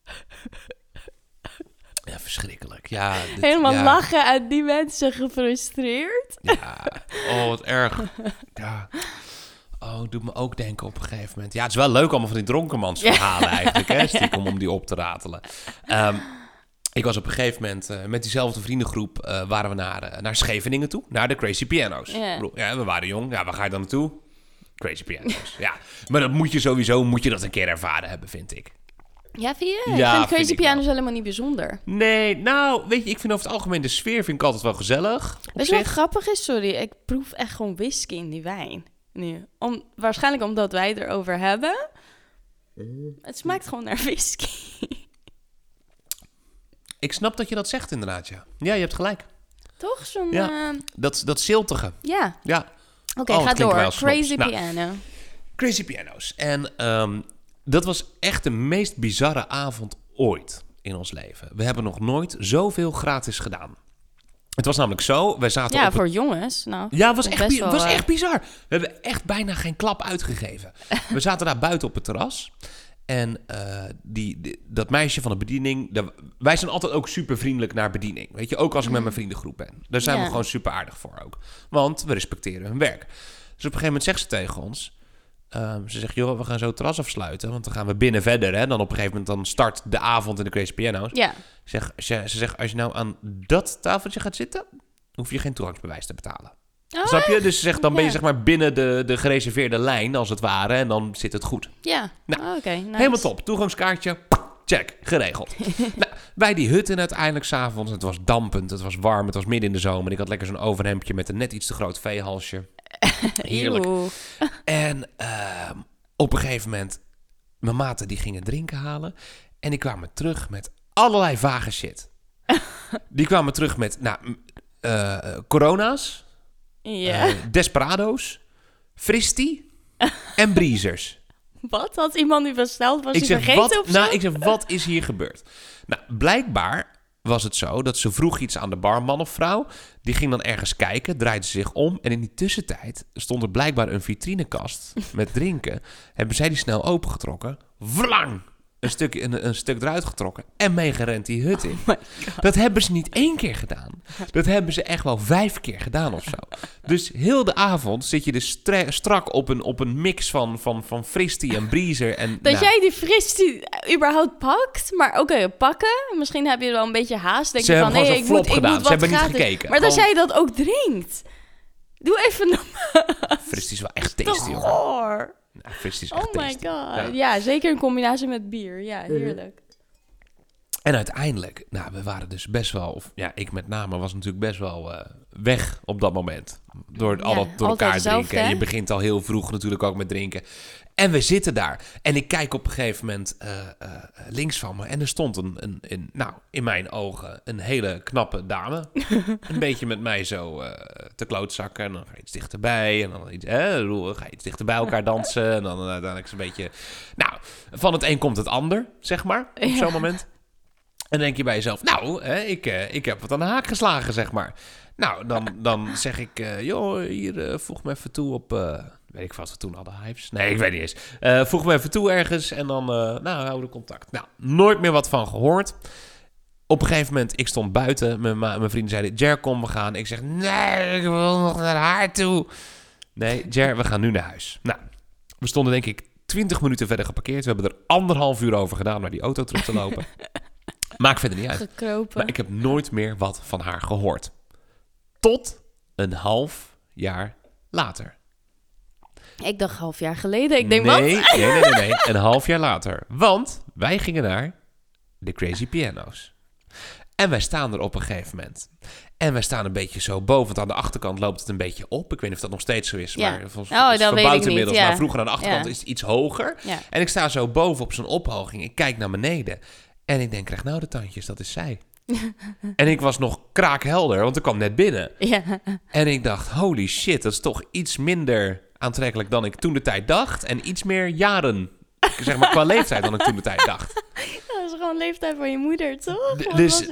Ja, verschrikkelijk. Ja, helemaal lachen en die mensen gefrustreerd. Ja, wat erg. Ja. Oh, doet me ook denken op een gegeven moment. Ja, het is wel leuk allemaal van die dronkenmansverhalen eigenlijk, hè? Stiekem om die op te ratelen. Ik was op een gegeven moment met diezelfde vriendengroep waren we naar Scheveningen toe, naar de Crazy Piano's. Ja, we waren jong. Ja, waar ga je dan naartoe? Crazy Piano's. Ja, maar dat moet je dat een keer ervaren hebben, vind ik. Ja, vind je? Ja, ik vind Crazy Piano's helemaal niet bijzonder. Nee, nou, weet je, ik vind over het algemeen de sfeer vind ik altijd wel gezellig. Weet je wat grappig is? Sorry, ik proef echt gewoon whisky in die wijn. Nu. Waarschijnlijk omdat wij het erover hebben. Het smaakt gewoon naar whisky. Ik snap dat je dat zegt inderdaad, ja. Ja, je hebt gelijk. Toch? Zo'n... Ja, dat ziltige. Ja. Ja. Oké, ga door. Crazy Piano. Crazy Piano's. En dat was echt de meest bizarre avond ooit in ons leven. We hebben nog nooit zoveel gratis gedaan. Het was namelijk zo, wij zaten voor jongens. Nou, ja, het was echt bizar. We hebben echt bijna geen klap uitgegeven. We zaten daar buiten op het terras. En dat meisje van de bediening... wij zijn altijd ook super vriendelijk naar bediening. Weet je, ook als ik met mijn vriendengroep ben. Daar zijn we gewoon super aardig voor ook. Want we respecteren hun werk. Dus op een gegeven moment zegt ze tegen ons... ze zegt, joh, we gaan zo het terras afsluiten. Want dan gaan we binnen verder. Hè? Dan op een gegeven moment dan start de avond in de Crazy Piano's. Ja. Ze zegt, als je nou aan dat tafeltje gaat zitten... hoef je geen toegangsbewijs te betalen. Oh, snap je? Dus zegt, dan ben je zeg maar binnen de gereserveerde lijn, als het ware. En dan zit het goed. Ja, nou, oké. Nice. Helemaal top. Toegangskaartje, check, geregeld. Nou, bij die hut en uiteindelijk 's avonds. Het was dampend, het was warm, het was midden in de zomer. Ik had lekker zo'n overhemdje met een net iets te groot veehalsje. Heerlijk. En op een gegeven moment, mijn maten die gingen drinken halen. En die kwamen terug met allerlei vage shit. Die kwamen terug met corona's, Desperado's, Fristi en Breezers. Wat? Had iemand nu besteld? Was hij vergeten of zo? Nou, ik zeg, wat is hier gebeurd? Nou, blijkbaar was het zo dat ze vroeg iets aan de barman of vrouw. Die ging dan ergens kijken, draaide ze zich om. En in die tussentijd stond er blijkbaar een vitrinekast met drinken. Hebben zij die snel opengetrokken. Vlang! Een stuk eruit getrokken en meegerend die hut in. Oh, dat hebben ze niet 1 keer gedaan. Dat hebben ze echt wel 5 keer gedaan of zo. Dus heel de avond zit je dus strak op een mix van Fristi en Breezer. En, jij die Fristi überhaupt pakt? Maar oké, pakken. Misschien heb je wel een beetje haast. Denk ze je hebben van, gewoon zo'n flop gedaan. Ze hebben gratis. niet gekeken. Maar dat jij dat ook drinkt. Doe even normaal. Fristi is wel echt tasty, hoor. Nou, fris is echt Oh my tasty. god. Ja, zeker in combinatie met bier. Ja, heerlijk. En uiteindelijk, we waren dus best wel... Of ja, ik met name was natuurlijk best wel weg op dat moment. Door al dat door elkaar hetzelfde, drinken. En je hè? begint al heel vroeg natuurlijk ook met drinken. En we zitten daar. En ik kijk op een gegeven moment links van me. En er stond in mijn ogen een hele knappe dame. Een beetje met mij zo te klootzakken. En dan ga je iets dichterbij. En dan ga je iets dichter bij elkaar dansen. En dan uiteindelijk is een beetje... Nou, van het een komt het ander, zeg maar. Op zo'n moment. En dan denk je bij jezelf, ik heb wat aan de haak geslagen, zeg maar. Nou, dan zeg ik, hier, voeg me even toe op... weet ik wat we toen hadden, Hives? Nee, ik weet niet eens. Voeg me even toe ergens en dan houden we contact. Nou, nooit meer wat van gehoord. Op een gegeven moment, ik stond buiten. Mijn vrienden zeiden, Jer, kom, we gaan. Ik zeg, nee, ik wil nog naar haar toe. Nee, Jer, we gaan nu naar huis. Nou, we stonden denk ik 20 minuten verder geparkeerd. We hebben er 1,5 uur over gedaan om naar die auto terug te lopen. Maakt verder niet uit. Gekropen. Maar ik heb nooit meer wat van haar gehoord. Tot een half jaar later. Ik dacht 1,5 jaar geleden. Ik denk, nee, wat? Nee. Een half jaar later. Want wij gingen naar de Crazy Piano's. En wij staan er op een gegeven moment. En wij staan een beetje zo boven. Want aan de achterkant loopt het een beetje op. Ik weet niet of dat nog steeds zo is. Ja. Maar volgens Dat weet ik verbouwd niet. inmiddels. Ja. Maar vroeger aan de achterkant is het iets hoger. Ja. En ik sta zo boven op zo'n ophoging. Ik kijk naar beneden. En ik denk, krijg nou de tandjes, dat is zij. En ik was nog kraakhelder, want ik kwam net binnen. Ja. En ik dacht, holy shit, dat is toch iets minder aantrekkelijk dan ik toen de tijd dacht. En iets meer jaren, zeg maar qua leeftijd dan ik toen de tijd dacht. Dat is gewoon leeftijd van je moeder, toch? Dus,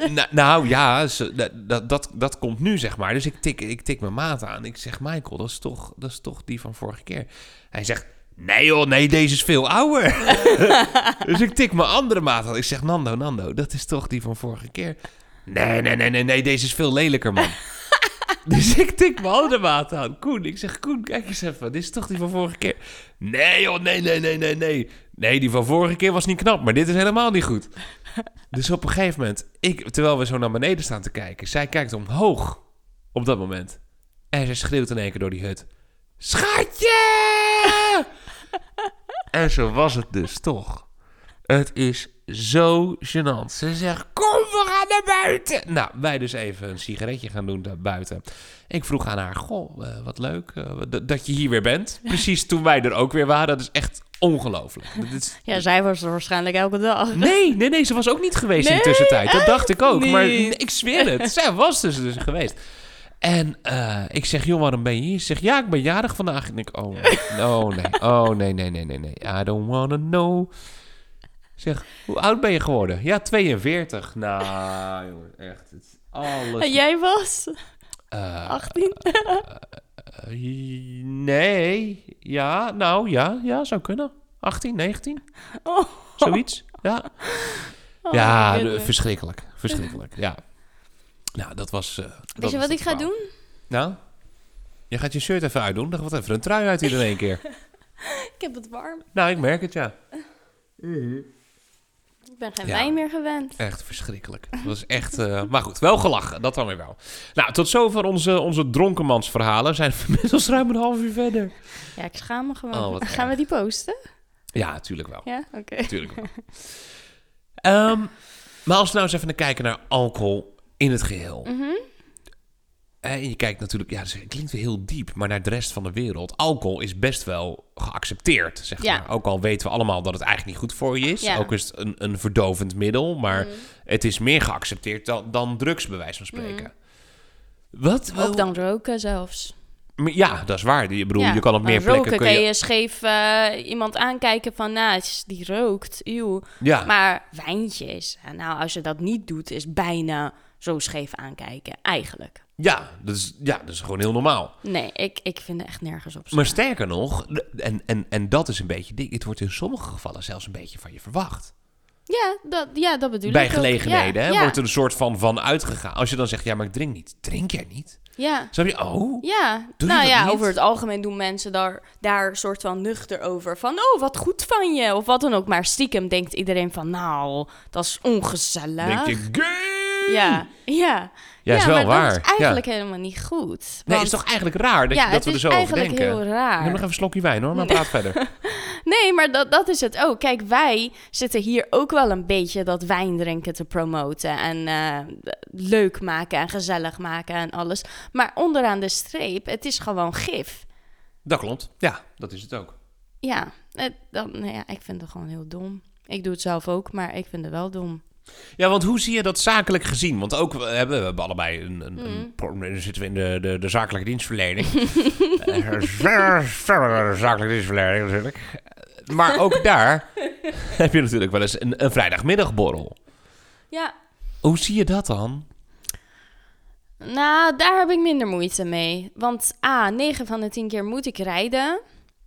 dat komt nu, zeg maar. Dus ik tik mijn maat aan. Ik zeg, Michael, dat is toch die van vorige keer. Hij zegt, nee joh, nee, deze is veel ouder. Dus ik tik mijn andere maat aan. Ik zeg, Nando, dat is toch die van vorige keer? Nee, deze is veel lelijker, man. Dus ik tik mijn andere maat aan. Koen, ik zeg, Koen, kijk eens even. Dit is toch die van vorige keer? Nee joh, nee. Nee, die van vorige keer was niet knap, maar dit is helemaal niet goed. Dus op een gegeven moment, terwijl we zo naar beneden staan te kijken, zij kijkt omhoog op dat moment. En ze schreeuwt in één keer door die hut. Schatje! En zo was het dus toch. Het is zo gênant. Ze zegt, kom, we gaan naar buiten. Nou, wij dus even een sigaretje gaan doen daar buiten. Ik vroeg aan haar, wat leuk dat je hier weer bent. Precies toen wij er ook weer waren. Dat is echt ongelooflijk. Ja, zij was er waarschijnlijk elke dag. Nee, ze was ook niet geweest in de tussentijd. Dat dacht ik ook. Nee. Maar ik zweer het, zij was dus geweest. En ik zeg, joh, waarom ben je hier? Ze zegt, ja, ik ben jarig vandaag. En ik, nee. I don't wanna know. Ik zeg, hoe oud ben je geworden? Ja, 42. Nou, jongen, echt. Het is alles... En jij was? 18? Nee. Ja, nou, ja, zou kunnen. 18, 19. Oh. Zoiets, ja. Oh, Ja, goodness. verschrikkelijk, ja. Nou, dat was... Weet je wat ik ga doen? Nou? Je gaat je shirt even uitdoen. Dan gaat even een trui uit hier in één keer. Ik heb het warm. Nou, ik merk het, ja. Ik ben geen Ja. wijn meer gewend. Echt verschrikkelijk. Dat was echt... maar goed, wel gelachen. Dat dan weer wel. Nou, tot zover onze dronkenmansverhalen. We zijn inmiddels ruim een half uur verder. Ja, ik schaam me gewoon. Oh, wat Gaan erg. we die posten? Ja, natuurlijk wel. Ja, oké. Tuurlijk wel. Maar als we nou eens even kijken naar alcohol in het geheel. Mhm. En je kijkt natuurlijk, ja, het klinkt weer heel diep, maar naar de rest van de wereld. Alcohol is best wel geaccepteerd, zeg Ja. maar. Ook al weten we allemaal dat het eigenlijk niet goed voor je is. Ja. Ook is het een verdovend middel, maar het is meer geaccepteerd dan drugs, bij wijze van spreken. Wat? Ook dan roken zelfs. Ja, dat is waar. Ik bedoel, Ja, je kan op maar meer roken plekken... kan je scheef iemand aankijken van, nou, die rookt, eeuw. Ja. Maar wijntjes, nou, als je dat niet doet, is bijna zo scheef aankijken, eigenlijk. Ja, dat is gewoon heel normaal. Nee, ik vind er echt nergens op. Maar sterker nog, en dat is een beetje ding, het wordt in sommige gevallen zelfs een beetje van je verwacht. Ja, dat bedoel Bij ik ook. gelegenheden Ja, hè, ja. wordt er een soort van uitgegaan. Als je dan zegt, ja, maar ik drink niet. Drink jij niet? Ja. Snap je? Oh, Ja, Doe je nou dat ja, niet? over het algemeen doen mensen daar soort van nuchter over. Van, oh, wat goed van je. Of wat dan ook. Maar stiekem denkt iedereen van, nou, dat is ongezellig. denk je, gay! Ja. Ja, is wel maar waar. dat is eigenlijk helemaal niet goed. Nee, Want, is toch eigenlijk raar dat we er zo over denken? Ja, het is eigenlijk heel raar. Ik neem nog even een slokje wijn hoor, maar praat verder. Nee, maar dat is het ook. Kijk, wij zitten hier ook wel een beetje dat wijn drinken te promoten. En leuk maken en gezellig maken en alles. Maar onderaan de streep, het is gewoon gif. Dat klopt. Ja, dat is het ook. Ja, ik vind het gewoon heel dom. Ik doe het zelf ook, maar ik vind het wel dom. Ja, want hoe zie je dat zakelijk gezien? Want ook, we hebben allebei zitten we in de zakelijke dienstverlening. Zakelijke dienstverlening natuurlijk. Maar ook daar heb je natuurlijk wel eens een vrijdagmiddagborrel. Ja. Hoe zie je dat dan? Nou, daar heb ik minder moeite mee. Want 9 van de 10 keer moet ik rijden.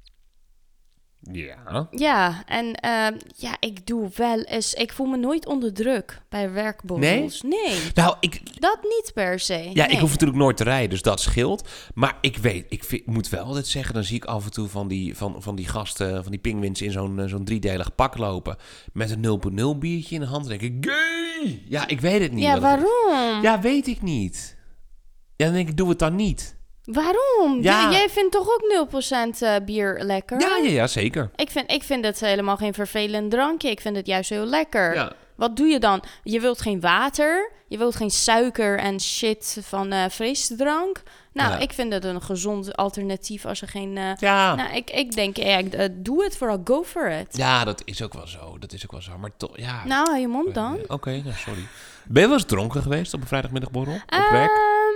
Ja. Ja, en ik doe wel eens... Ik voel me nooit onder druk bij werkborrels. Nee. Nou, dat niet per se. Ja, nee. ik hoef natuurlijk nooit te rijden, dus dat scheelt. Maar ik moet wel altijd zeggen, dan zie ik af en toe van die gasten, van die pinguïns in zo'n driedelig pak lopen. Met een 0.0 biertje in de hand. Dan denk ik, gay! Ja, ik weet het niet. Ja, waarom? Ja, weet ik niet. Ja, dan denk ik, doe het dan niet. Waarom? Ja. Jij vindt toch ook 0% bier lekker? Ja, zeker. Ik vind het helemaal geen vervelend drankje. Ik vind het juist heel lekker. Ja. Wat doe je dan? Je wilt geen water. Je wilt geen suiker en shit van frisdrank. Nou, ik vind het een gezond alternatief als er geen... Nou, ik denk, doe het vooral. Go for it. Ja, dat is ook wel zo. Maar toch, ja. Nou, hou je mond dan. Oké, sorry. Ben je wel eens dronken geweest op een vrijdagmiddagborrel? Op werk?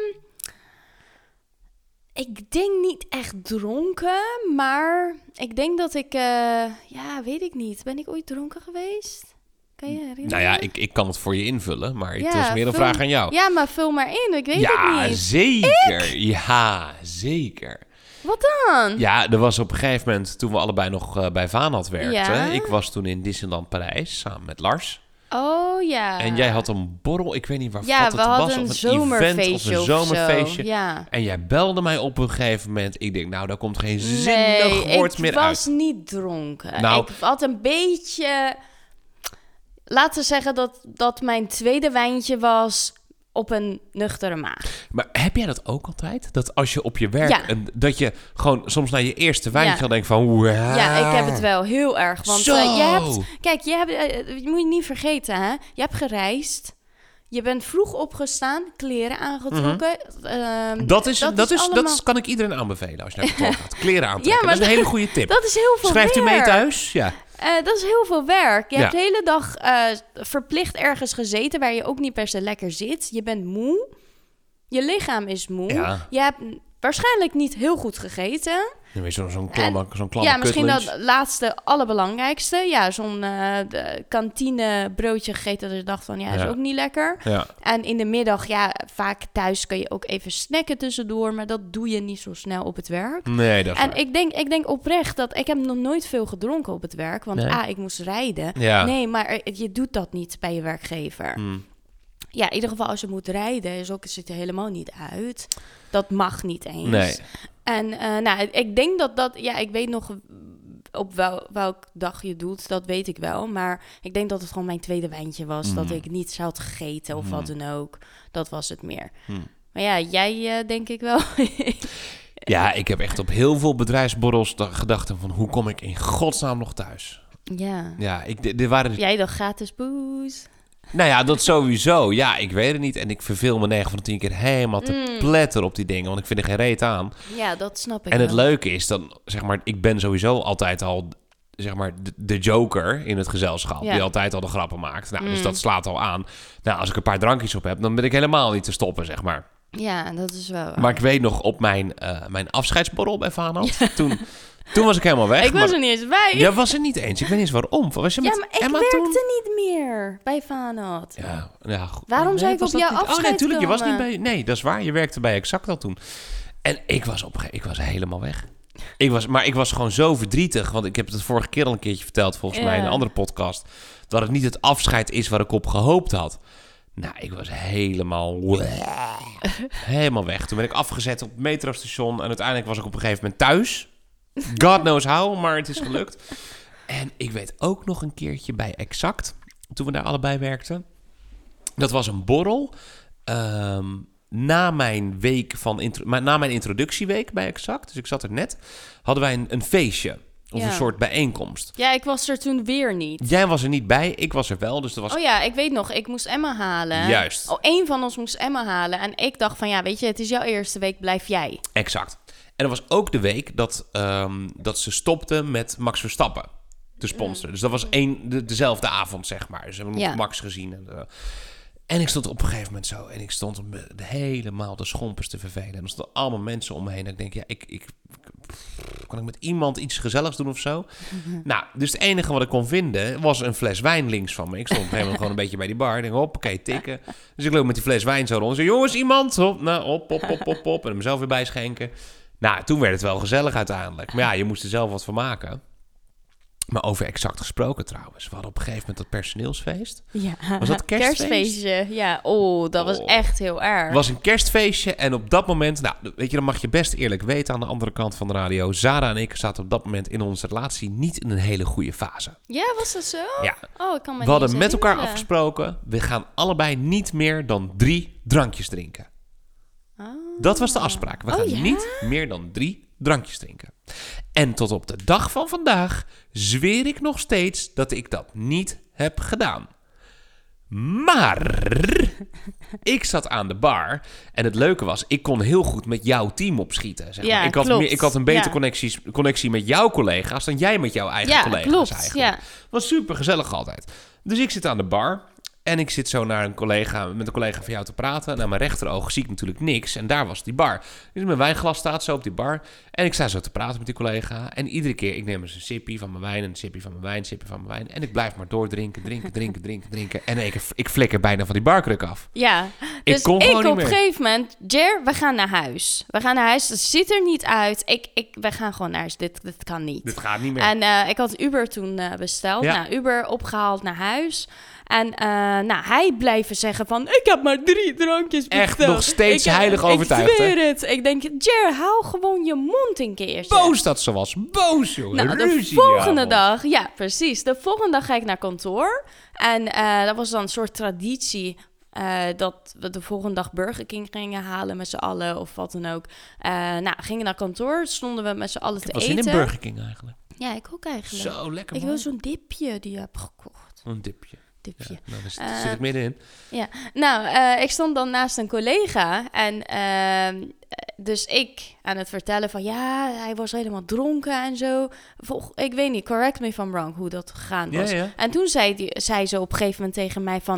Ik denk niet echt dronken, maar ik denk dat ik... weet ik niet. Ben ik ooit dronken geweest? Kan je herinneren? Nou ja, ik kan het voor je invullen, maar het is meer een vraag aan jou. Ja, maar vul maar in. Ik weet het niet. Ja, zeker. Ja, zeker. Wat dan? Ja, er was op een gegeven moment, toen we allebei nog bij Vanat werkten. Ja? Ik was toen in Disneyland Parijs, samen met Lars. Oh ja. En jij had een borrel, ik weet niet wat het was. Ja, we hadden een zomerfeestje of een zomerfeestje. Ja. En jij belde mij op een gegeven moment. Ik denk, nou, daar komt geen zinnig woord meer uit. ik was niet dronken. Nou, ik had een beetje... Laten we zeggen dat mijn tweede wijntje was op een nuchtere maag. Maar heb jij dat ook altijd? Dat als je op je werk... dat je gewoon soms naar je eerste wijntje al denkt van... Wow. Ja, ik heb het wel heel erg. Want je moet je niet vergeten, hè. Je hebt gereisd. Je bent vroeg opgestaan, kleren aangetrokken. Dat kan ik iedereen aanbevelen als je naar kantoor gaat. Kleren aantrekken, Ja, maar dat is een hele goede tip. Dat is heel veel Schrijft werk. u mee thuis? Ja. Dat is heel veel werk. Je hebt de hele dag verplicht ergens gezeten waar je ook niet per se lekker zit. Je bent moe. Je lichaam is moe. Ja. Je hebt waarschijnlijk niet heel goed gegeten. Zo'n klamme Ja, misschien kutlunch. dat laatste allerbelangrijkste. Ja, zo'n kantine broodje gegeten dat je dacht van, is ook niet lekker. Ja. En in de middag, vaak thuis kun je ook even snacken tussendoor. Maar dat doe je niet zo snel op het werk. Nee, dat is waar. Ik denk oprecht dat... Ik heb nog nooit veel gedronken op het werk. Want ik moest rijden. Ja. Nee, maar je doet dat niet bij je werkgever. Ja, in ieder geval als je moet rijden, ziet er helemaal niet uit. Dat mag niet eens. Nee. En ik denk ik weet nog op welke dag je doet, dat weet ik wel. Maar ik denk dat het gewoon mijn tweede wijntje was. Dat ik niets had gegeten of wat dan ook. Dat was het meer. Maar ja, jij denk ik wel. Ja, ik heb echt op heel veel bedrijfsborrels gedacht van... hoe kom ik in godsnaam nog thuis? Ja. Ja, er waren... Jij dacht gratis boes. Nou ja, dat sowieso. Ja, ik weet het niet. En ik verveel me 9 van de 10 keer helemaal te pletteren op die dingen. Want ik vind er geen reet aan. Ja, dat snap ik En wel. het leuke is dan, zeg maar... Ik ben sowieso altijd al, zeg maar, de joker in het gezelschap. Ja. Die altijd al de grappen maakt. Nou, dus dat slaat al aan. Nou, als ik een paar drankjes op heb, dan ben ik helemaal niet te stoppen, zeg maar. Ja, dat is wel waar. Maar ik weet nog, op mijn afscheidsborrel bij Vanat... Toen was ik helemaal weg. Ik was er niet eens bij. Jij was er niet eens. Ik weet niet eens waarom. Was je met maar ik Emma werkte toen? niet meer bij Vanat. Ja, goed. Waarom zou ik was op dat jouw niet? afscheid Oh nee, natuurlijk. Je was niet komen? bij... Nee, dat is waar. Je werkte bij Exact al toen. En ik was helemaal weg. Ik was gewoon zo verdrietig. Want ik heb het vorige keer al een keertje verteld, volgens mij in een andere podcast. Dat het niet het afscheid is waar ik op gehoopt had. Nou, ik was helemaal weg. Toen ben ik afgezet op het metrostation. En uiteindelijk was ik op een gegeven moment thuis. God knows how, maar het is gelukt. En ik weet ook nog een keertje bij Exact, toen we daar allebei werkten. Dat was een borrel. Na mijn introductieweek bij Exact, dus ik zat er net, hadden wij een feestje. Of een soort bijeenkomst. Ja, ik was er toen weer niet. Jij was er niet bij, ik was er wel. Dus dat was... Oh ja, ik weet nog, ik moest Emma halen. Juist. Oh, één van ons moest Emma halen. En ik dacht van, ja, weet je, het is jouw eerste week, blijf jij. Exact. En dat was ook de week dat ze stopten met Max Verstappen te sponsoren. Dus dat was dezelfde avond, zeg maar. Dus we hebben nog Max gezien. En ik stond op een gegeven moment zo. En ik stond helemaal de schompers te vervelen. En er stonden allemaal mensen om me heen. En ik denk, ja, kan ik met iemand iets gezelligs doen of zo? Nou, dus het enige wat ik kon vinden was een fles wijn links van me. Ik stond op een gegeven moment gewoon een beetje bij die bar. Ik denk, hoppakee, tikken. Dus ik loop met die fles wijn zo rond. Ik zeg, jongens, iemand? Hop, nou, op. En mezelf weer bijschenken. Nou, toen werd het wel gezellig uiteindelijk. Maar ja, je moest er zelf wat van maken. Maar over Exact gesproken trouwens. We hadden op een gegeven moment dat personeelsfeest. Ja. Was dat kerstfeestje? Ja, dat was echt heel erg. Het was een kerstfeestje en op dat moment... Nou, weet je, dan mag je best eerlijk weten aan de andere kant van de radio. Zara en ik zaten op dat moment in onze relatie niet in een hele goede fase. Ja, was dat zo? Ja. Oh, ik kan me we hadden niet met elkaar herinneren. afgesproken... we gaan allebei niet meer dan 3 drankjes drinken. Oh. Dat was de afspraak. We gaan niet meer dan 3 drankjes drinken. En tot op de dag van vandaag zweer ik nog steeds dat ik dat niet heb gedaan. Maar ik zat aan de bar en het leuke was, ik kon heel goed met jouw team opschieten. Zeg maar. Ja, Ik had een betere connectie met jouw collega's dan jij met jouw eigen collega's eigenlijk. Ja. Was super gezellig altijd. Dus ik zit aan de bar en ik zit zo met een collega van jou te praten. Naar mijn rechteroog zie ik natuurlijk niks. En daar was die bar. Dus mijn wijnglas staat zo op die bar. En ik sta zo te praten met die collega. En iedere keer, ik neem eens een sippie van mijn wijn. Een sippie van mijn wijn, een sippie van mijn wijn. En ik blijf maar doordrinken, drinken. En ik flikker bijna van die barkruk af. Ja, Ik kon gewoon niet op meer. een gegeven moment... Jer, we gaan naar huis. Het ziet er niet uit. We gaan gewoon naar huis. Dit kan niet. Dit gaat niet meer. En ik had Uber toen besteld. Ja. Nou, Uber opgehaald naar huis. En hij blijven zeggen van... Ik heb maar 3 drankjes besteld. Echt nog steeds heilig overtuigd, Ik zweer het. Ik denk, Jer, hou gewoon je mond een keer. Boos dat ze was. Boos, joh. Nou, de Ruzie volgende dag... Ja, precies. De volgende dag ga ik naar kantoor. En dat was dan een soort traditie... dat we de volgende dag Burger King gingen halen met z'n allen of wat dan ook. Gingen naar kantoor, stonden we met z'n allen te eten. Was in een Burger King eigenlijk? Ja, ik ook eigenlijk. Zo lekker, Ik man. wil zo'n dipje die je hebt gekocht. Een dipje. Ja, nou, daar zit ik middenin. Ja, nou, ik stond dan naast een collega en dus ik aan het vertellen van ja, hij was helemaal dronken en zo. Ik weet niet, correct me if I'm wrong, hoe dat gegaan was. Ja. En toen zei ze op een gegeven moment tegen mij van,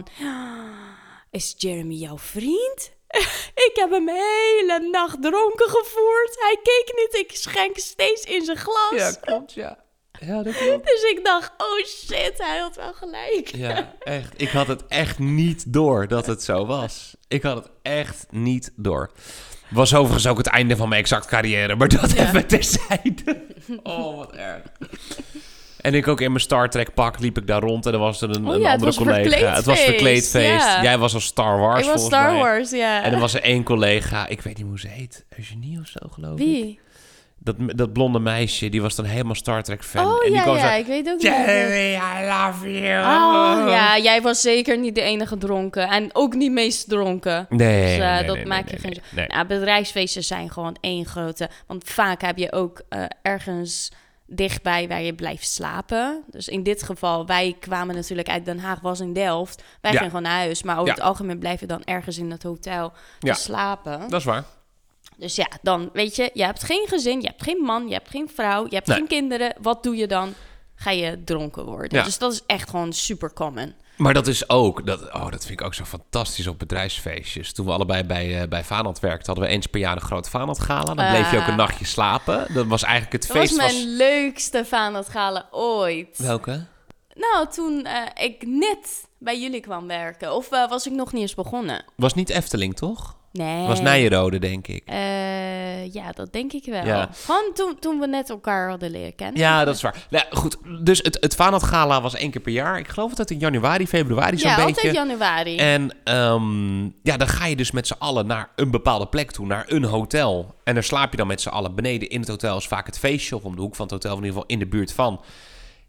is Jeremy jouw vriend? Ik heb hem hele nacht dronken gevoerd. Hij keek niet, ik schenk steeds in zijn glas. Ja, klopt, ja. Ja, dat klopt. Dus ik dacht, oh shit, hij had wel gelijk. Ja, echt. Ik had het echt niet door dat het zo was. Ik had het echt niet door. Was overigens ook het einde van mijn Exact carrière, maar dat even terzijde. Oh, wat erg. En ik ook in mijn Star Trek pak liep ik daar rond en er was er een andere collega. Het was verkleedfeest. Ja. Jij was als Star Wars volgens mij. Ik was Star Wars, ja. En er was er 1 collega, ik weet niet hoe ze heet. Eugenie of zo, geloof ik. Wie? Dat blonde meisje, die was dan helemaal Star Trek fan. Oh en die kwam zo, ik weet ook niet. Jeremy, I love you. Oh ja, jij was zeker niet de enige dronken. En ook niet meest dronken. Nee, dus, nee, dat nee, maakt je geen... Nou, bedrijfsfeesten zijn gewoon één grote... Want vaak heb je ook ergens dichtbij waar je blijft slapen. Dus in dit geval, wij kwamen natuurlijk uit Den Haag, was in Delft. Wij gingen gewoon naar huis. Maar over het algemeen blijven dan ergens in het hotel te slapen. Dat is waar. Dus ja, dan weet je, je hebt geen gezin, je hebt geen man, je hebt geen vrouw, je hebt geen kinderen. Wat doe je dan? Ga je dronken worden. Ja. Dus dat is echt gewoon super common. Maar dat is ook, dat vind ik ook zo fantastisch op bedrijfsfeestjes. Toen we allebei bij Vanand werkten, hadden we eens per jaar een groot Vanand-gala. Dan bleef je ook een nachtje slapen. Dat was eigenlijk het feest. Dat was mijn leukste Vanand-gala ooit. Welke? Nou, toen ik net bij jullie kwam werken. Of was ik nog niet eens begonnen? Was niet Efteling, toch? Nee. Was Nijenrode, denk ik. Ja, dat denk ik wel. Ja. Gewoon toen we net elkaar hadden leren kennen. Ja, dat is waar. Nou, goed, dus het Vanand Gala was 1 keer per jaar. Ik geloof dat in januari, februari zo'n beetje. Ja, altijd januari. En dan ga je dus met z'n allen naar een bepaalde plek toe, naar een hotel. En daar slaap je dan met z'n allen beneden in het hotel. Is vaak het feestje of om de hoek van het hotel, of in ieder geval in de buurt van.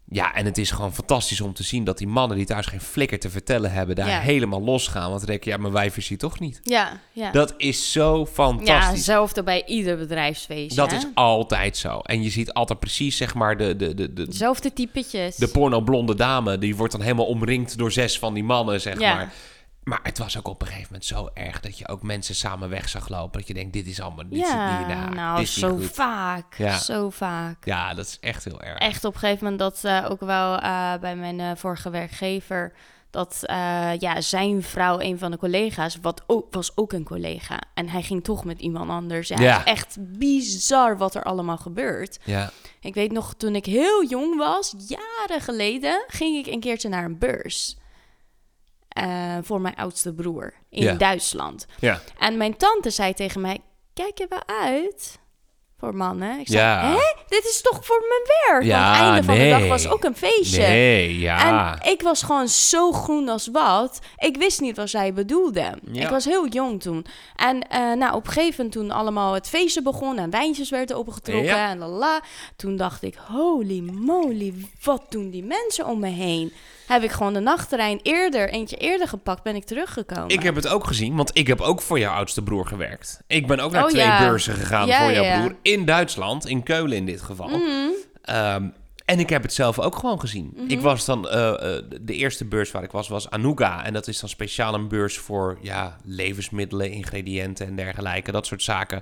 Ja, en het is gewoon fantastisch om te zien dat die mannen die thuis geen flikker te vertellen hebben, daar helemaal losgaan. Want dan denk je, mijn wijf is hier toch niet. Ja. Dat is zo fantastisch. Ja, hetzelfde bij ieder bedrijfsfeest. Dat is altijd zo. En je ziet altijd precies, zeg maar, dezelfde typetjes. De pornoblonde dame, die wordt dan helemaal omringd door 6 van die mannen, zeg maar. Maar het was ook op een gegeven moment zo erg dat je ook mensen samen weg zag lopen. Dat je denkt, dit is allemaal niet. Nou, zo vaak. Ja. Zo vaak. Ja, dat is echt heel erg. Echt op een gegeven moment dat ook wel bij mijn vorige werkgever. Dat zijn vrouw, een van de collega's, was ook een collega. En hij ging toch met iemand anders. Ja, het is echt bizar wat er allemaal gebeurt. Ja. Ik weet nog, toen ik heel jong was, jaren geleden, ging ik een keertje naar een beurs. Voor mijn oudste broer in Duitsland. Ja. En mijn tante zei tegen mij, kijk je wel uit voor mannen? Ik zei, dit is toch voor mijn werk? Want het einde van de dag was ook een feestje. En ik was gewoon zo groen als wat. Ik wist niet wat zij bedoelde. Ja. Ik was heel jong toen. En op een gegeven moment toen allemaal het feestje begon en wijntjes werden opengetrokken en lala. Toen dacht ik, holy moly, wat doen die mensen om me heen? Heb ik gewoon de nachttrein eentje eerder gepakt, ben ik teruggekomen. Ik heb het ook gezien, want ik heb ook voor jouw oudste broer gewerkt. Ik ben ook naar 2 beurzen gegaan voor jouw broer. In Duitsland, in Keulen in dit geval. Mm-hmm. En ik heb het zelf ook gewoon gezien. Mm-hmm. Ik was dan, de eerste beurs waar ik was Anuga. En dat is dan speciaal een beurs voor levensmiddelen, ingrediënten en dergelijke. Dat soort zaken.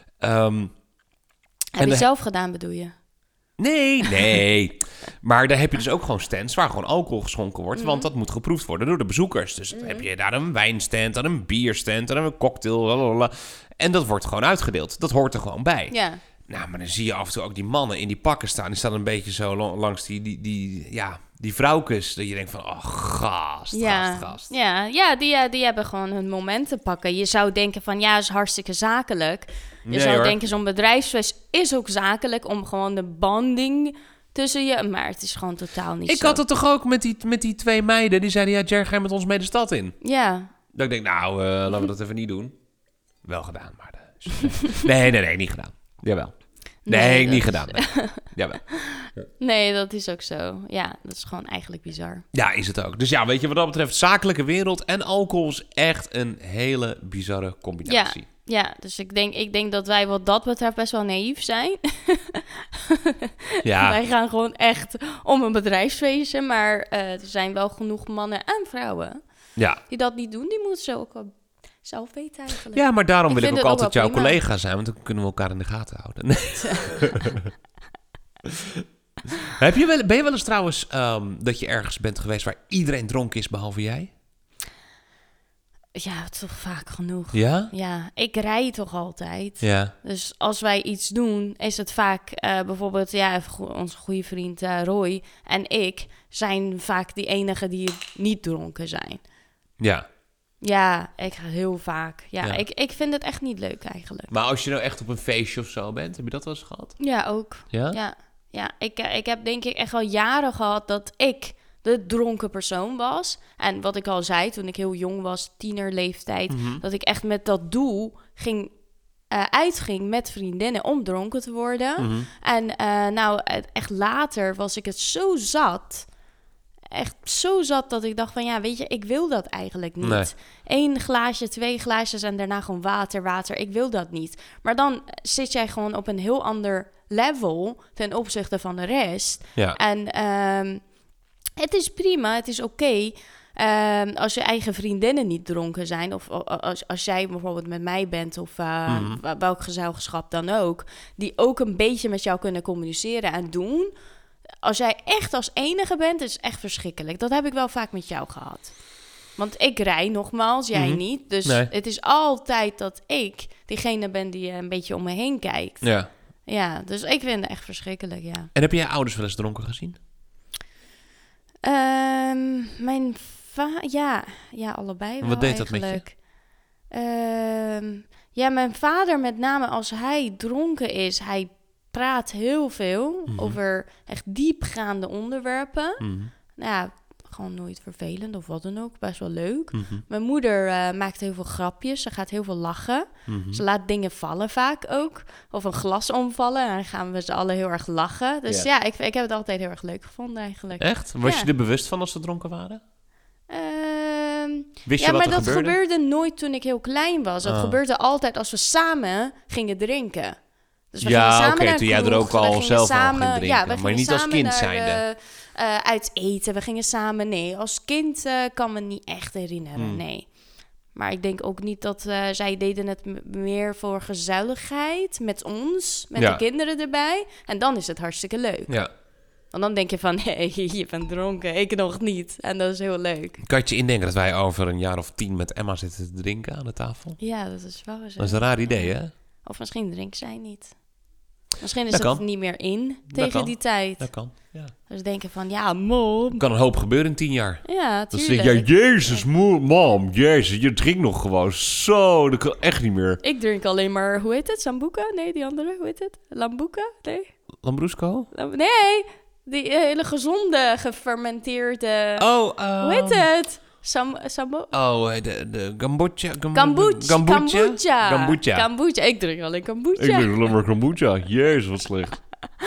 Heb je zelf gedaan, bedoel je? Nee. Maar daar heb je dus ook gewoon stands waar gewoon alcohol geschonken wordt. Want dat moet geproefd worden door de bezoekers. Dus dan heb je daar een wijnstand, dan een bierstand, dan een cocktail. Lalala. En dat wordt gewoon uitgedeeld. Dat hoort er gewoon bij. Ja. Nou, maar dan zie je af en toe ook die mannen in die pakken staan. Die staan een beetje zo langs die vrouwkes. Dat je denkt van, gast. Ja, die hebben gewoon hun momenten pakken. Je zou denken van, is hartstikke zakelijk. Je zou denken, zo'n bedrijfsfeest is ook zakelijk om gewoon de banding tussen je... Maar het is gewoon totaal niet zo. Ik had het toch ook met die 2 meiden. Die zeiden, Jer, ga je met ons mee de stad in? Ja. Dat ik denk, laten we dat even niet doen. Wel gedaan, maar... Nee, niet gedaan. Jawel. Nee, niet gedaan. Nee. Jawel. Nee, dat is ook zo. Ja, dat is gewoon eigenlijk bizar. Ja, is het ook. Dus weet je, wat dat betreft, zakelijke wereld en alcohol is echt een hele bizarre combinatie. Ja, dus ik denk dat wij wat dat betreft best wel naïef zijn. Wij gaan gewoon echt om een bedrijfsfeestje, maar er zijn wel genoeg mannen en vrouwen die dat niet doen. Die moeten ze ook wel zelf weten eigenlijk. Ja, maar daarom wil ik ook altijd jouw collega zijn, want dan kunnen we elkaar in de gaten houden. Nee. Ben je wel eens trouwens dat je ergens bent geweest waar iedereen dronken is behalve jij? Ja, toch vaak genoeg. Ja? Ja, ik rij toch altijd. Ja. Dus als wij iets doen, is het vaak bijvoorbeeld... onze goede vriend Roy en ik zijn vaak die enigen die niet dronken zijn. Ja. Ja, ik ga heel vaak. Ja. Ik vind het echt niet leuk eigenlijk. Maar als je nou echt op een feestje of zo bent, heb je dat wel eens gehad? Ja, ook. Ja, ik heb denk ik echt al jaren gehad dat ik de dronken persoon was. En wat ik al zei, toen ik heel jong was, tienerleeftijd... dat ik echt met dat doel uitging met vriendinnen om dronken te worden. En echt later was ik het zo zat... Echt zo zat dat ik dacht van, weet je, ik wil dat eigenlijk niet. Nee. 1 glaasje, 2 glaasjes en daarna gewoon water. Ik wil dat niet. Maar dan zit jij gewoon op een heel ander level ten opzichte van de rest. Ja. En het is prima, het is oké. Als je eigen vriendinnen niet dronken zijn... of als jij bijvoorbeeld met mij bent... of welk gezelschap dan ook... die ook een beetje met jou kunnen communiceren en doen... Als jij echt als enige bent, is het echt verschrikkelijk. Dat heb ik wel vaak met jou gehad. Want ik rij nogmaals, jij niet. Dus het is altijd dat ik diegene ben die een beetje om me heen kijkt. Ja, dus ik vind het echt verschrikkelijk, ja. En heb jij ouders wel eens dronken gezien? Mijn ja, allebei wel. Wat deed dat met je? Mijn vader met name als hij dronken is, hij praat heel veel over echt diepgaande onderwerpen. gewoon nooit vervelend of wat dan ook. Best wel leuk. Mhm. Mijn moeder maakt heel veel grapjes. Ze gaat heel veel lachen. Mhm. Ze laat dingen vallen vaak ook. Of een glas omvallen. En dan gaan we z'n allen heel erg lachen. Dus ja, ik heb het altijd heel erg leuk gevonden eigenlijk. Echt? Was Ja. je er bewust van als ze dronken waren? Wist je Ja, wat maar er dat gebeurde nooit toen ik heel klein was. Dat Ah. gebeurde altijd als we samen gingen drinken. Dus we Ja, gingen samen oké, naar toen jij er kroeg, ook al we gingen zelf al samen, ging drinken, ja, we maar gingen niet als samen kind naar, zijnde. uit eten. We gingen samen, nee. Als kind kan me niet echt herinneren, nee. Maar ik denk ook niet dat zij deden het meer voor gezelligheid met ons, met Ja. de kinderen erbij. En dan is het hartstikke leuk. Ja. Want dan denk je van, hey, je bent dronken, ik nog niet. En dat is heel leuk. Kan je je indenken dat wij over een jaar of 10 met Emma zitten te drinken aan de tafel? Ja, dat is wel zo. Dat is een raar idee, hè? Of misschien drinkt zij niet. Misschien is Dat het kan. niet meer in Dat tegen kan. die tijd. Dat kan, ja. Dus denken van, ja, mom. Er kan een hoop gebeuren in 10 jaar. Ja, Dan tuurlijk. zeg je, jezus, mam, jezus, je drinkt nog gewoon zo, dat kan echt niet meer. Ik drink alleen maar, hoe heet het? Sambuca? Nee, die andere, hoe heet het? Lambuca? Nee. Lambrusco? Nee, die hele gezonde, gefermenteerde... Oh, hoe heet het? Sambo... Oh, de kombucha. Kombucha. Ik drink alleen kombucha. Ik drink alleen maar kombucha. Jezus, wat slecht.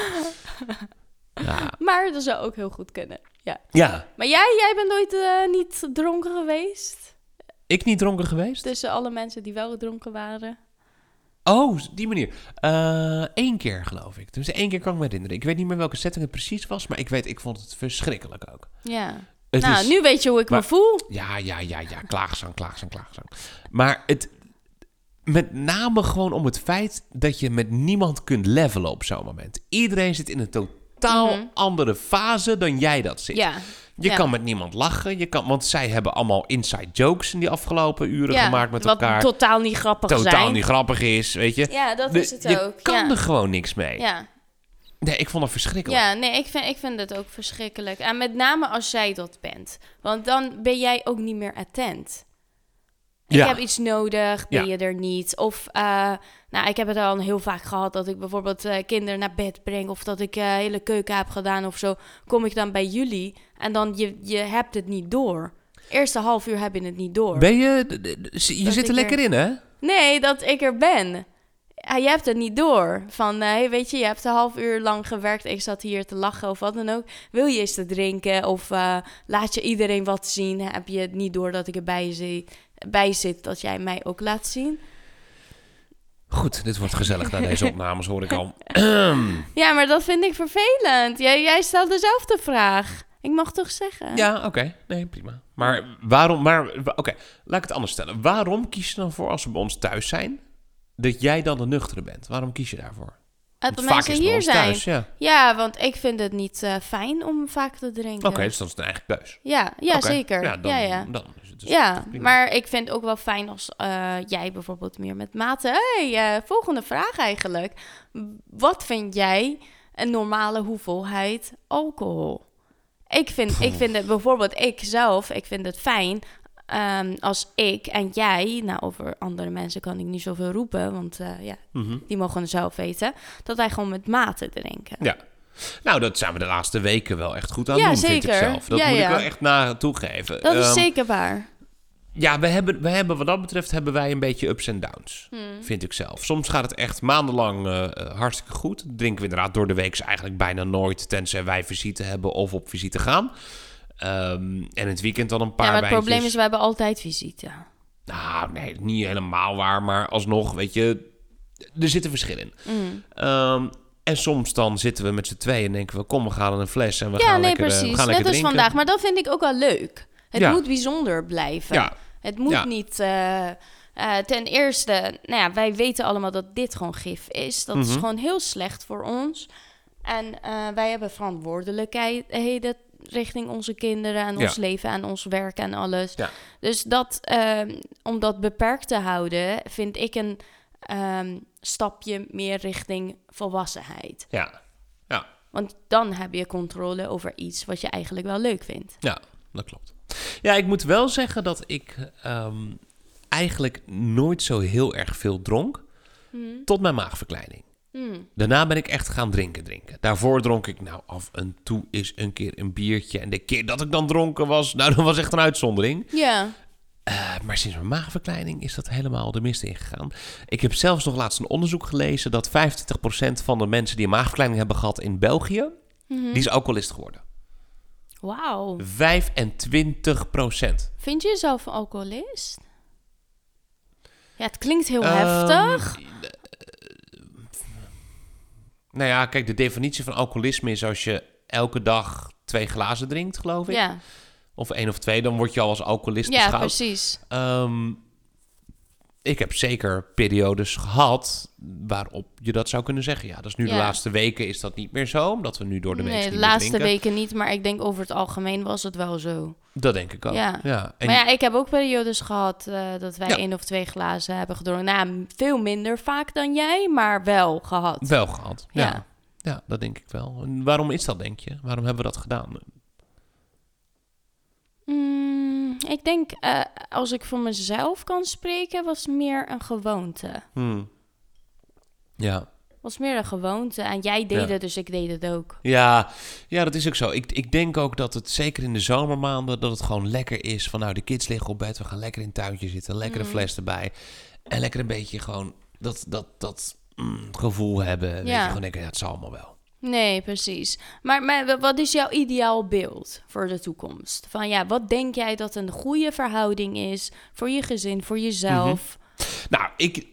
Ja. Maar dat zou ook heel goed kunnen, ja. Ja, Maar jij bent nooit niet dronken geweest? ik niet dronken geweest? Tussen alle mensen die wel dronken waren? Oh, die manier. 1 keer geloof ik. Dus 1 keer kan ik me herinneren. Ik weet niet meer welke setting het precies was, maar ik vond het verschrikkelijk ook. Ja. Het Nou, is- nu weet je hoe ik me maar- voel. Ja. Klaagzang. Maar het... Met name gewoon om het feit dat je met niemand kunt levelen op zo'n moment. Iedereen zit in een totaal andere fase dan jij dat zit. Ja. Je Ja. kan met niemand lachen. Want zij hebben allemaal inside jokes in die afgelopen uren gemaakt met wat elkaar. totaal niet grappig zijn. Totaal niet grappig is, weet je. Ja, dat De- is het je ook. kan ja. er gewoon niks mee. Ja. Nee, ik vond het verschrikkelijk. Ja, nee, ik vind het ook verschrikkelijk. En met name als jij dat bent. Want dan ben jij ook niet meer attent. Ik Ja. heb iets nodig, ben Ja. je er niet? Of, nou, ik heb het al heel vaak gehad dat ik bijvoorbeeld kinderen naar bed breng... of dat ik hele keuken heb gedaan of zo. Kom ik dan bij jullie en dan je hebt het niet door. Eerste half uur heb je het niet door. Ben je... Je Dat zit er ik lekker in, hè? Nee, dat ik er ben. Ja, je hebt het niet door. Van, hey, weet je hebt een half uur lang gewerkt. Ik zat hier te lachen of wat dan ook. Wil je eens te drinken? Of laat je iedereen wat zien? Heb je het niet door dat ik erbij zit dat jij mij ook laat zien? Goed, dit wordt gezellig na deze opnames, hoor ik al. Ja, maar dat vind ik vervelend. Jij stelt dezelfde vraag. Ik mag toch zeggen? Ja, oké. Nee, prima. Maar waarom... Oké, laat ik het anders stellen. Waarom kies je dan voor als we bij ons thuis zijn... dat jij dan de nuchtere bent? Waarom kies je daarvoor? Dat Want mensen is het bij hier ons zijn. thuis, ja. Ja, want ik vind het niet fijn om vaak te drinken. Oké, dus dat is een eigen keus. Ja, Oké. zeker. Ja, dan, ja. dan is het dus Ja, prima. maar ik vind het ook wel fijn als jij bijvoorbeeld meer met maten... Hey, volgende vraag eigenlijk. Wat vind jij een normale hoeveelheid alcohol? Ik vind het bijvoorbeeld, ik vind het fijn als ik en jij... Nou, over andere mensen kan ik niet zoveel roepen, want Mhm. die mogen het zelf weten... dat wij gewoon met mate drinken. Ja. Nou, dat zijn we de laatste weken wel echt goed aan Ja, doen, vind ik zeker. zelf. Dat Ja, moet ik ja. wel echt naar toegeven. Dat is zeker waar. Ja, we hebben wat dat betreft hebben wij een beetje ups en downs, vind ik zelf. Soms gaat het echt maandenlang hartstikke goed. Drinken we inderdaad door de week eigenlijk bijna nooit... tenzij wij visite hebben of op visite gaan. En in het weekend dan een paar Ja, maar het wijntjes. probleem is, we hebben altijd visite. Nou, nee, niet helemaal waar, maar alsnog, weet je... Er zit een verschil in. En soms dan zitten we met z'n tweeën en denken we... kom, we gaan een fles en we gaan lekker precies. we gaan Net lekker als drinken. vandaag. Maar dat vind ik ook wel leuk. Het Ja. moet bijzonder blijven. Ja. Het moet Ja. niet... ten eerste, nou ja, wij weten allemaal dat dit gewoon gif is. Dat is gewoon heel slecht voor ons. En wij hebben verantwoordelijkheden richting onze kinderen en ons leven en ons werk en alles. Ja. Dus dat, om dat beperkt te houden, vind ik een stapje meer richting volwassenheid. Ja, ja, Want dan heb je controle over iets wat je eigenlijk wel leuk vindt. ja, dat klopt. Ja, ik moet wel zeggen dat ik eigenlijk nooit zo heel erg veel dronk... tot mijn maagverkleining. Daarna ben ik echt gaan drinken. Daarvoor dronk ik af en toe eens een keer een biertje. En de keer dat ik dan dronken was, dat was echt een uitzondering. Ja. Maar sinds mijn maagverkleining is dat helemaal de mist ingegaan. Ik heb zelfs nog laatst een onderzoek gelezen dat 25% van de mensen die een maagverkleining hebben gehad in België, die is alcoholist geworden. Wauw. 25%. Vind je jezelf een alcoholist? Ja, het klinkt heel heftig. Nou ja, kijk, de definitie van alcoholisme is als je elke dag 2 glazen drinkt, geloof ik. Ja. Of 1 of 2, dan word je al als alcoholist beschouwd. Ja, precies. Ik heb zeker periodes gehad waarop je dat zou kunnen zeggen. Ja, dat is nu de laatste weken is dat niet meer zo, omdat we nu door de week niet meer drinken. Nee, de laatste weken niet, maar ik denk over het algemeen was het wel zo. Dat denk ik ook. Ja. En maar ik heb ook periodes gehad dat wij 1 of 2 glazen hebben gedronken. Nou, veel minder vaak dan jij, maar wel gehad. Wel gehad, ja. Ja, dat denk ik wel. En waarom is dat, denk je? Waarom hebben we dat gedaan? Ik denk, als ik voor mezelf kan spreken, was het meer een gewoonte. Ja. Was meer een gewoonte. En jij deed het, dus ik deed het ook. Ja, dat is ook zo. Ik denk ook dat het, zeker in de zomermaanden, dat het gewoon lekker is van, de kids liggen op bed, we gaan lekker in het tuintje zitten, lekker een fles erbij. En lekker een beetje gewoon dat gevoel hebben. Weet je, gewoon denken, het zal allemaal wel. Nee, precies. Maar wat is jouw ideaal beeld voor de toekomst? Van wat denk jij dat een goede verhouding is voor je gezin, voor jezelf? Nou,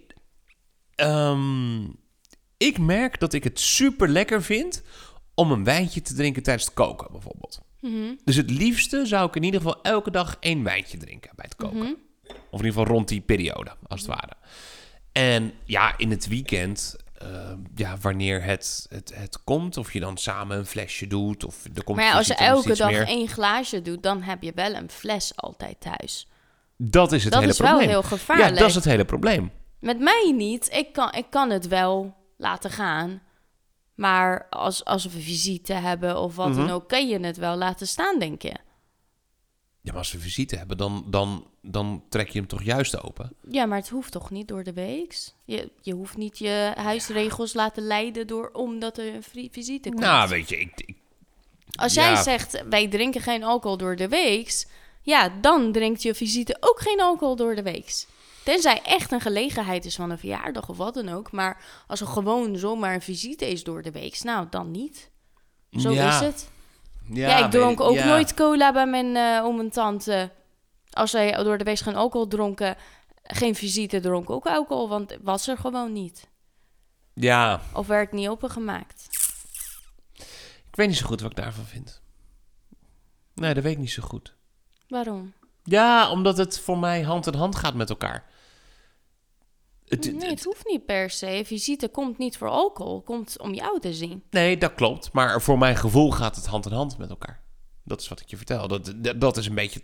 ik merk dat ik het super lekker vind om een wijntje te drinken tijdens het koken, bijvoorbeeld. Dus het liefste zou ik in ieder geval elke dag 1 wijntje drinken bij het koken. Of in ieder geval rond die periode, als het ware. En in het weekend, wanneer het komt, of je dan samen een flesje doet, of er komt. Maar als je elke dag 1 glaasje doet, dan heb je wel een fles altijd thuis. Dat is het hele probleem. Dat is wel heel gevaarlijk. Ja, dat is het hele probleem. Met mij niet. Ik kan het wel laten gaan. Maar als we visite hebben of wat dan ook, kan je het wel laten staan, denk je. Ja, maar als we visite hebben, dan trek je hem toch juist open? Ja, maar het hoeft toch niet door de week? Je hoeft niet je huisregels laten leiden omdat er een visite komt. Nou, weet je, Als jij zegt, wij drinken geen alcohol door de week, dan drinkt je visite ook geen alcohol door de week. Tenzij echt een gelegenheid is van een verjaardag of wat dan ook. Maar als er gewoon zomaar een visite is door de week, dan niet. Zo is het. Ja, ik dronk ook nooit cola bij mijn oom en tante. Als zij door de week geen alcohol dronken, geen visite dronken ook alcohol, want het was er gewoon niet. Ja. Of werd niet opengemaakt. Ik weet niet zo goed wat ik daarvan vind. Nee, dat weet ik niet zo goed. Waarom? Ja, omdat het voor mij hand in hand gaat met elkaar. Het hoeft niet per se. Visite komt niet voor alcohol, komt om jou te zien. Nee, dat klopt. Maar voor mijn gevoel gaat het hand in hand met elkaar. Dat is wat ik je vertel. Dat is een beetje,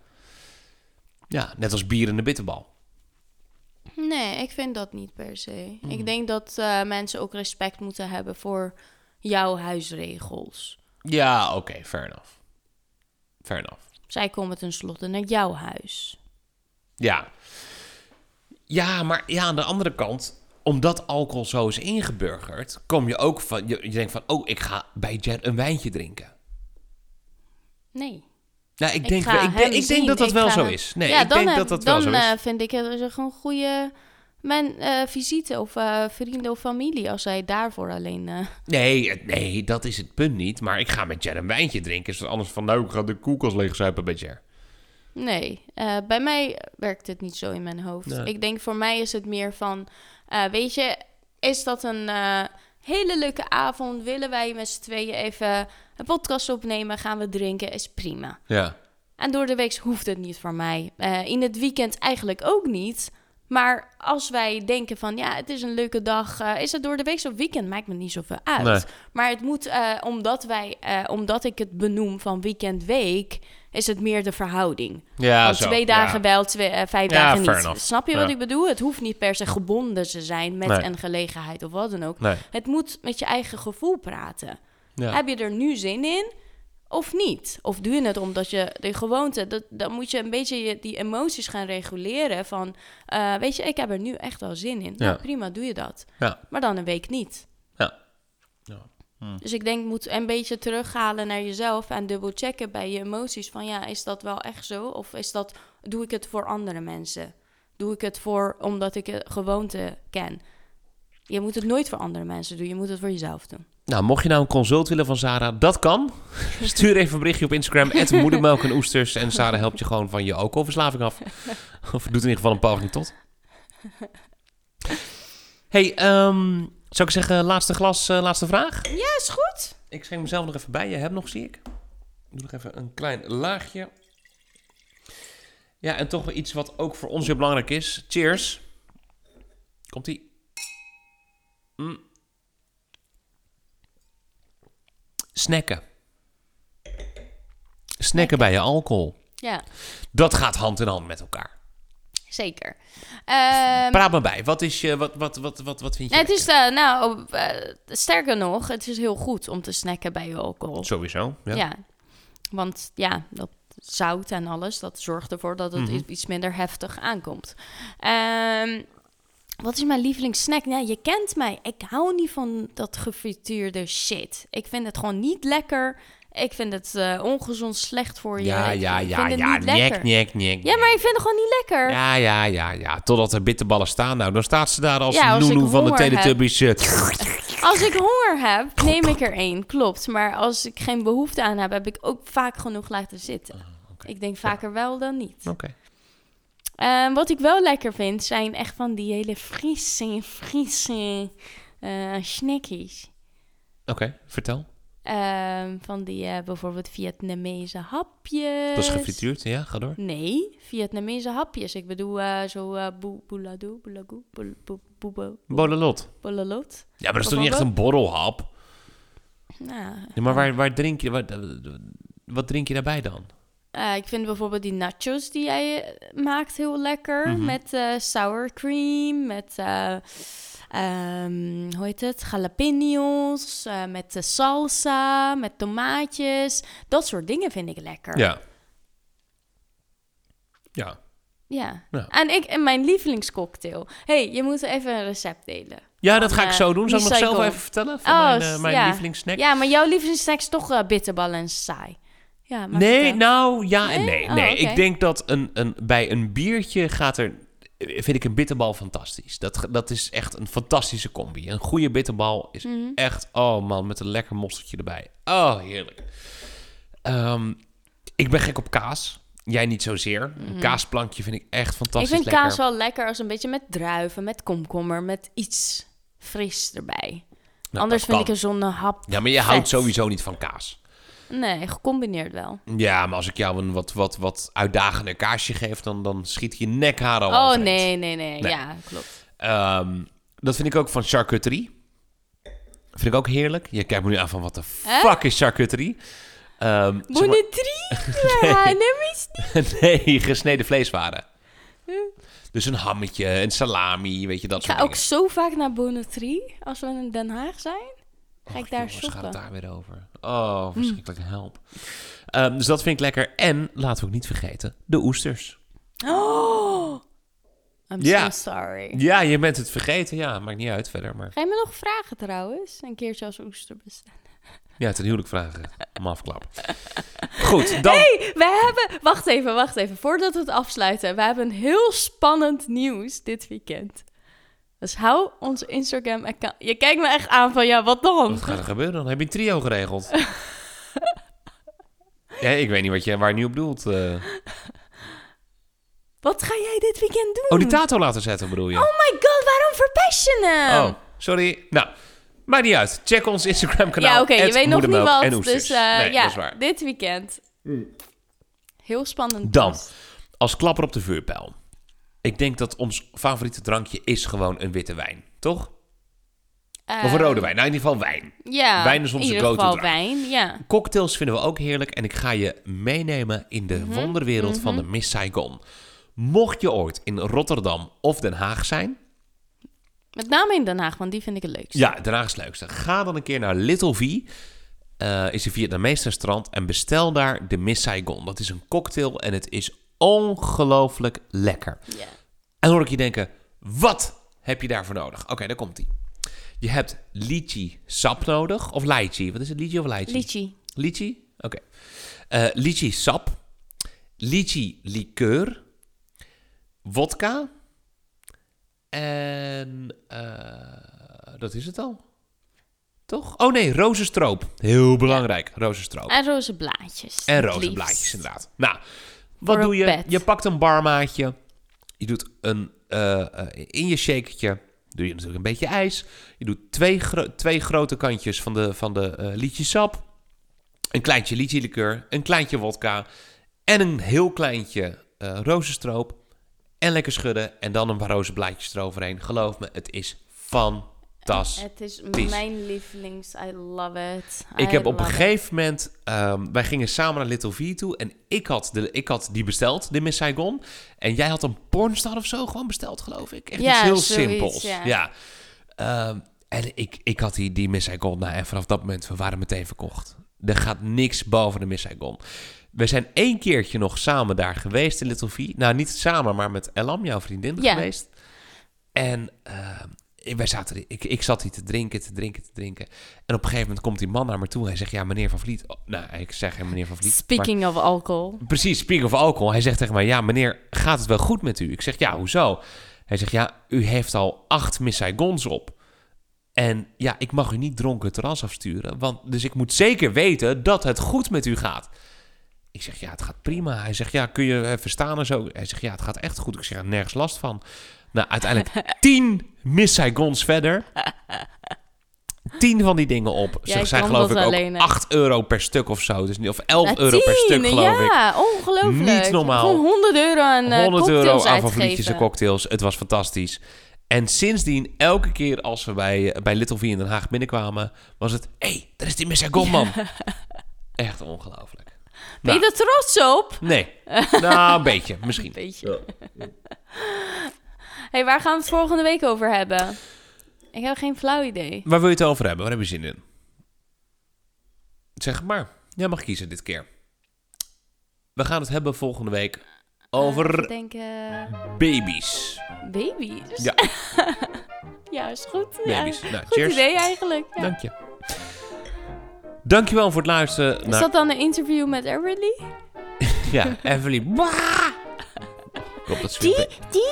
net als bier en de bitterbal. Nee, ik vind dat niet per se. Ik denk dat mensen ook respect moeten hebben voor jouw huisregels. Ja, oké, fair enough. Zij komen tenslotte naar jouw huis. Ja. Ja, maar aan de andere kant, omdat alcohol zo is ingeburgerd, kom je ook van, je denkt van, ik ga bij Jen een wijntje drinken. Nee. Nou, ik denk dat dat wel zo is. Nee, ik denk dat dat wel zo is. Dan vind ik het een goede visite of vrienden of familie als zij daarvoor alleen... Nee, dat is het punt niet. Maar ik ga met Jen een wijntje drinken. Is het anders van, ik ga de koelkast leegzuipen bij Jen. Nee, bij mij werkt het niet zo in mijn hoofd. Nee. Ik denk voor mij is het meer van, weet je, is dat een hele leuke avond? Willen wij met z'n tweeën even een podcast opnemen? Gaan we drinken? Is prima. Ja. En door de week hoeft het niet voor mij. In het weekend eigenlijk ook niet. Maar als wij denken van, het is een leuke dag. Is het door de week of weekend? Maakt me niet zoveel uit. Nee. Maar het moet, omdat ik het benoem van weekend-week, is het meer de verhouding. Ja, van 2 dagen wel, 5 dagen niet. Enough. Snap je wat ik bedoel? Het hoeft niet per se gebonden te zijn met een gelegenheid of wat dan ook. Nee. Het moet met je eigen gevoel praten. Ja. Heb je er nu zin in? of niet? Of doe je het omdat je de gewoonte... Dan moet je een beetje die emoties gaan reguleren van... weet je, ik heb er nu echt wel zin in. Ja. Nou, prima, doe je dat. Ja. Maar dan een week niet. Ja. Dus ik denk, moet een beetje terughalen naar jezelf... en dubbelchecken bij je emoties van... ja, is dat wel echt zo? Of doe ik het voor andere mensen? Doe ik het omdat ik een gewoonte ken? Je moet het nooit voor andere mensen doen. Je moet het voor jezelf doen. Nou, mocht je nou een consult willen van Sarah, dat kan. Stuur even een berichtje op Instagram, @moedermelk en oesters. En Sarah helpt je gewoon van je alcoholverslaving af. Of doet in ieder geval een poging tot. Hey, zou ik zeggen, laatste glas, laatste vraag? Ja, is goed. Ik schenk mezelf nog even bij. Je hebt nog, zie ik. Ik doe nog even een klein laagje. Ja, en toch wel iets wat ook voor ons heel belangrijk is. Cheers. Komt-ie. Snacken. Snacken bij je alcohol. Ja, Dat gaat hand in hand met elkaar. zeker. Praat me bij. Wat is je, wat vind je? Het is, sterker nog, het is heel goed om te snacken bij je alcohol. Sowieso, ja. Ja, want ja, dat zout en alles, dat zorgt ervoor dat het iets minder heftig aankomt. Wat is mijn lievelingssnack? Nou, je kent mij. Ik hou niet van dat gefrituurde shit. Ik vind het gewoon niet lekker. Ik vind het ongezond, slecht voor je. Ja. Njek. Ja, maar ik vind het gewoon niet lekker. Ja. Totdat er bitterballen staan. Nou, dan staat ze daar als Ja, als Noenoe ik van de honger Teletubbies. Als ik honger heb, neem ik er één. Klopt. Maar als ik geen behoefte aan heb ik ook vaak genoeg laten zitten. Okay. Ik denk vaker wel dan niet. Oké. Wat ik wel lekker vind, zijn echt van die hele frisse snackies. Oké, vertel. Van die bijvoorbeeld Vietnamese hapjes. Dat is gefrituurd, ja, ga door. Nee, Vietnamese hapjes. Ik bedoel Bolalot. bolalot. Ja, maar dat is toch niet echt een borrelhap? Nou, Ja, maar waar drink je, wat drink je daarbij dan? ik vind bijvoorbeeld die nachos die jij maakt heel lekker. Met sour cream, met... hoe heet het? Jalapenos, met salsa, met tomaatjes. Dat soort dingen vind ik lekker. Ja. Ja. En mijn lievelingscocktail. Hey, je moet even een recept delen. Ja, dat ga ik zo doen. Zal ik nog Recycle. zelf even vertellen van mijn lievelingssnack? Ja, maar jouw lievelingssnack is toch bitterballen en saai. Ja, maar Nee, vertel. nou, ja en nee. Oh, Nee, oké. ik denk dat bij een biertje vind ik een bitterbal fantastisch. Dat is echt een fantastische combi. Een goede bitterbal is echt, oh man, met een lekker mosterdje erbij. Oh, heerlijk. Ik ben gek op kaas. Jij niet zozeer. Een kaasplankje vind ik echt fantastisch Ik vind lekker. kaas wel lekker als een beetje met druiven, met komkommer, met iets fris erbij. Nou, Anders dat vind kan. ik een zo'n hap Ja, maar je vet. houdt sowieso niet van kaas. Nee, gecombineerd wel. Ja, maar als ik jou een wat uitdagender kaasje geef, dan schiet je nekhaar al Oh, overeind. nee. Ja, klopt. Dat vind ik ook van charcuterie. Vind ik ook heerlijk. Je kijkt me nu aan van, wat de fuck is charcuterie? Bonneterie? Nee, gesneden vleeswaren. Dus een hammetje, een salami, weet je, dat Ik soort ga ook dingen. zo vaak naar Bonneterie als we in Den Haag zijn. Ga ik daar Jongens, gaat het shoppen. daar weer over? Oh, verschrikkelijk, help. Dus dat vind ik lekker. En, laten we ook niet vergeten, de oesters. Oh, I'm Ja. so sorry. Ja, je bent het vergeten. Ja, maakt niet uit verder, maar... Ga je me nog vragen trouwens? Een keertje als oester bestellen. Ja, ten huwelijk vragen. Mafklap. Goed, dan... Hey, wij hebben... Wacht even. Voordat we het afsluiten. We hebben een heel spannend nieuws dit weekend. Dus hou ons Instagram-account... Je kijkt me echt aan van, ja, wat dan? Wat gaat er gebeuren dan? Heb je een trio geregeld? Ja, ik weet niet waar je nu op doelt. Wat ga jij dit weekend doen? Oh, die tato laten zetten bedoel je? Oh my god, waarom verpest je hem? Oh, sorry. Nou, maakt niet uit. Check ons Instagram-kanaal. Ja, oké, je weet nog niet @moedermelk en wat. oesters. Dus Nee, ja, dat is waar. dit weekend. Heel spannend. Dan, dus. als klapper op de vuurpijl. Ik denk dat ons favoriete drankje is gewoon een witte wijn. Toch? Of een rode wijn. Nou, in ieder geval wijn. Ja, Wijn is onze in ieder geval go-to drank. wijn, ja. Cocktails vinden we ook heerlijk. En ik ga je meenemen in de wonderwereld van de Miss Saigon. Mocht je ooit in Rotterdam of Den Haag zijn... Met name in Den Haag, want die vind ik het leukst. Ja, Den Haag is het leukste. Ga dan een keer naar Little V. is een Vietnamees restaurant en bestel daar de Miss Saigon. Dat is een cocktail en het is ongelooflijk lekker. Ja. En hoor ik je denken, wat heb je daarvoor nodig? Oké, daar komt-ie. Je hebt lychee sap nodig. Of lychee. Wat is het? Lychee of lychee? Lychee. Lychee? Oké. Lychee sap. Lychee liqueur. Wodka. En dat is het al. Toch? Oh nee, rozenstroop. Heel belangrijk. Rozenstroop. En rozenblaadjes. En het rozenblaadjes, liefst. inderdaad. Nou, wat Voor doe op je? bed. Je pakt een barmaatje. Je doet in je shakertje doe je natuurlijk een beetje ijs. Je doet twee grote kantjes van de lychee sap. Een kleintje lychee liqueur. Een kleintje wodka. En een heel kleintje rozenstroop. En lekker schudden. En dan een paar rozenblaadjes eroverheen. Geloof me, het is fantastisch. Het is mijn lievelings. I love it. Ik heb op een gegeven moment... wij gingen samen naar Little V toe. En ik had die besteld, de Miss Saigon. En jij had een pornstar of zo gewoon besteld, geloof ik. Echt iets heel simpels. Ja. En ik had die Miss Saigon. Nou, en vanaf dat moment, we waren meteen verkocht. Er gaat niks boven de Miss Saigon. We zijn 1 keertje nog samen daar geweest in Little V. Nou, niet samen, maar met Elam, jouw vriendin, geweest. En... wij zaten, ik zat hier te drinken. En op een gegeven moment komt die man naar me toe. Hij zegt, ja, meneer Van Vliet. Ik zeg hem, meneer Van Vliet. Speaking of alcohol. Precies, speaking of alcohol. Hij zegt tegen mij, ja, meneer, gaat het wel goed met u? Ik zeg, ja, hoezo? Hij zegt, ja, u heeft al 8 Miss Saigons op. En ja, ik mag u niet dronken het terras afsturen. Dus ik moet zeker weten dat het goed met u gaat. Ik zeg, ja, het gaat prima. Hij zegt, ja, kun je even staan en zo? Hij zegt, ja, het gaat echt goed. Ik zeg, nergens last van. Nou, uiteindelijk 10 Miss Saigons verder. 10 van die dingen op. Ze zijn geloof ik ook 8 euro per stuk of zo. Dus, of 11 euro per stuk, geloof ik. Ja, ongelooflijk. Niet normaal. Gewoon 100 euro aan 100 euro aan Van Vlietjes uitgegeven. en cocktails. Het was fantastisch. En sindsdien, elke keer als we bij Little V in Den Haag binnenkwamen, was het... Hé, daar is die Miss Saigon, man. Echt ongelooflijk. Ben je er trots op? Nee. Nou, een beetje. Misschien. Een beetje. Hey, waar gaan we het volgende week over hebben? Ik heb geen flauw idee. Waar wil je het over hebben? Waar heb je zin in? Zeg het maar. Jij mag kiezen dit keer. We gaan het hebben volgende week over baby's. Baby's? Ja. Ja, is goed. Baby's. Ja. Nou, Goed cheers. idee eigenlijk. Ja. Dank je. Dankjewel voor het luisteren. Is dat dan een interview met Everly? Ja, Evelyn. Ik hoop dat ze weer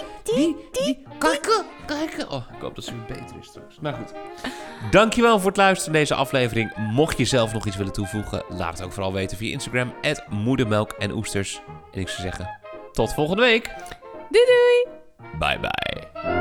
kijken. Oh, ik hoop dat ze weer beter is straks. Nou goed. Dankjewel voor het luisteren naar deze aflevering. Mocht je zelf nog iets willen toevoegen, laat het ook vooral weten via Instagram. @moedermelk en oesters. En ik zou zeggen, tot volgende week. Doei doei. Bye bye.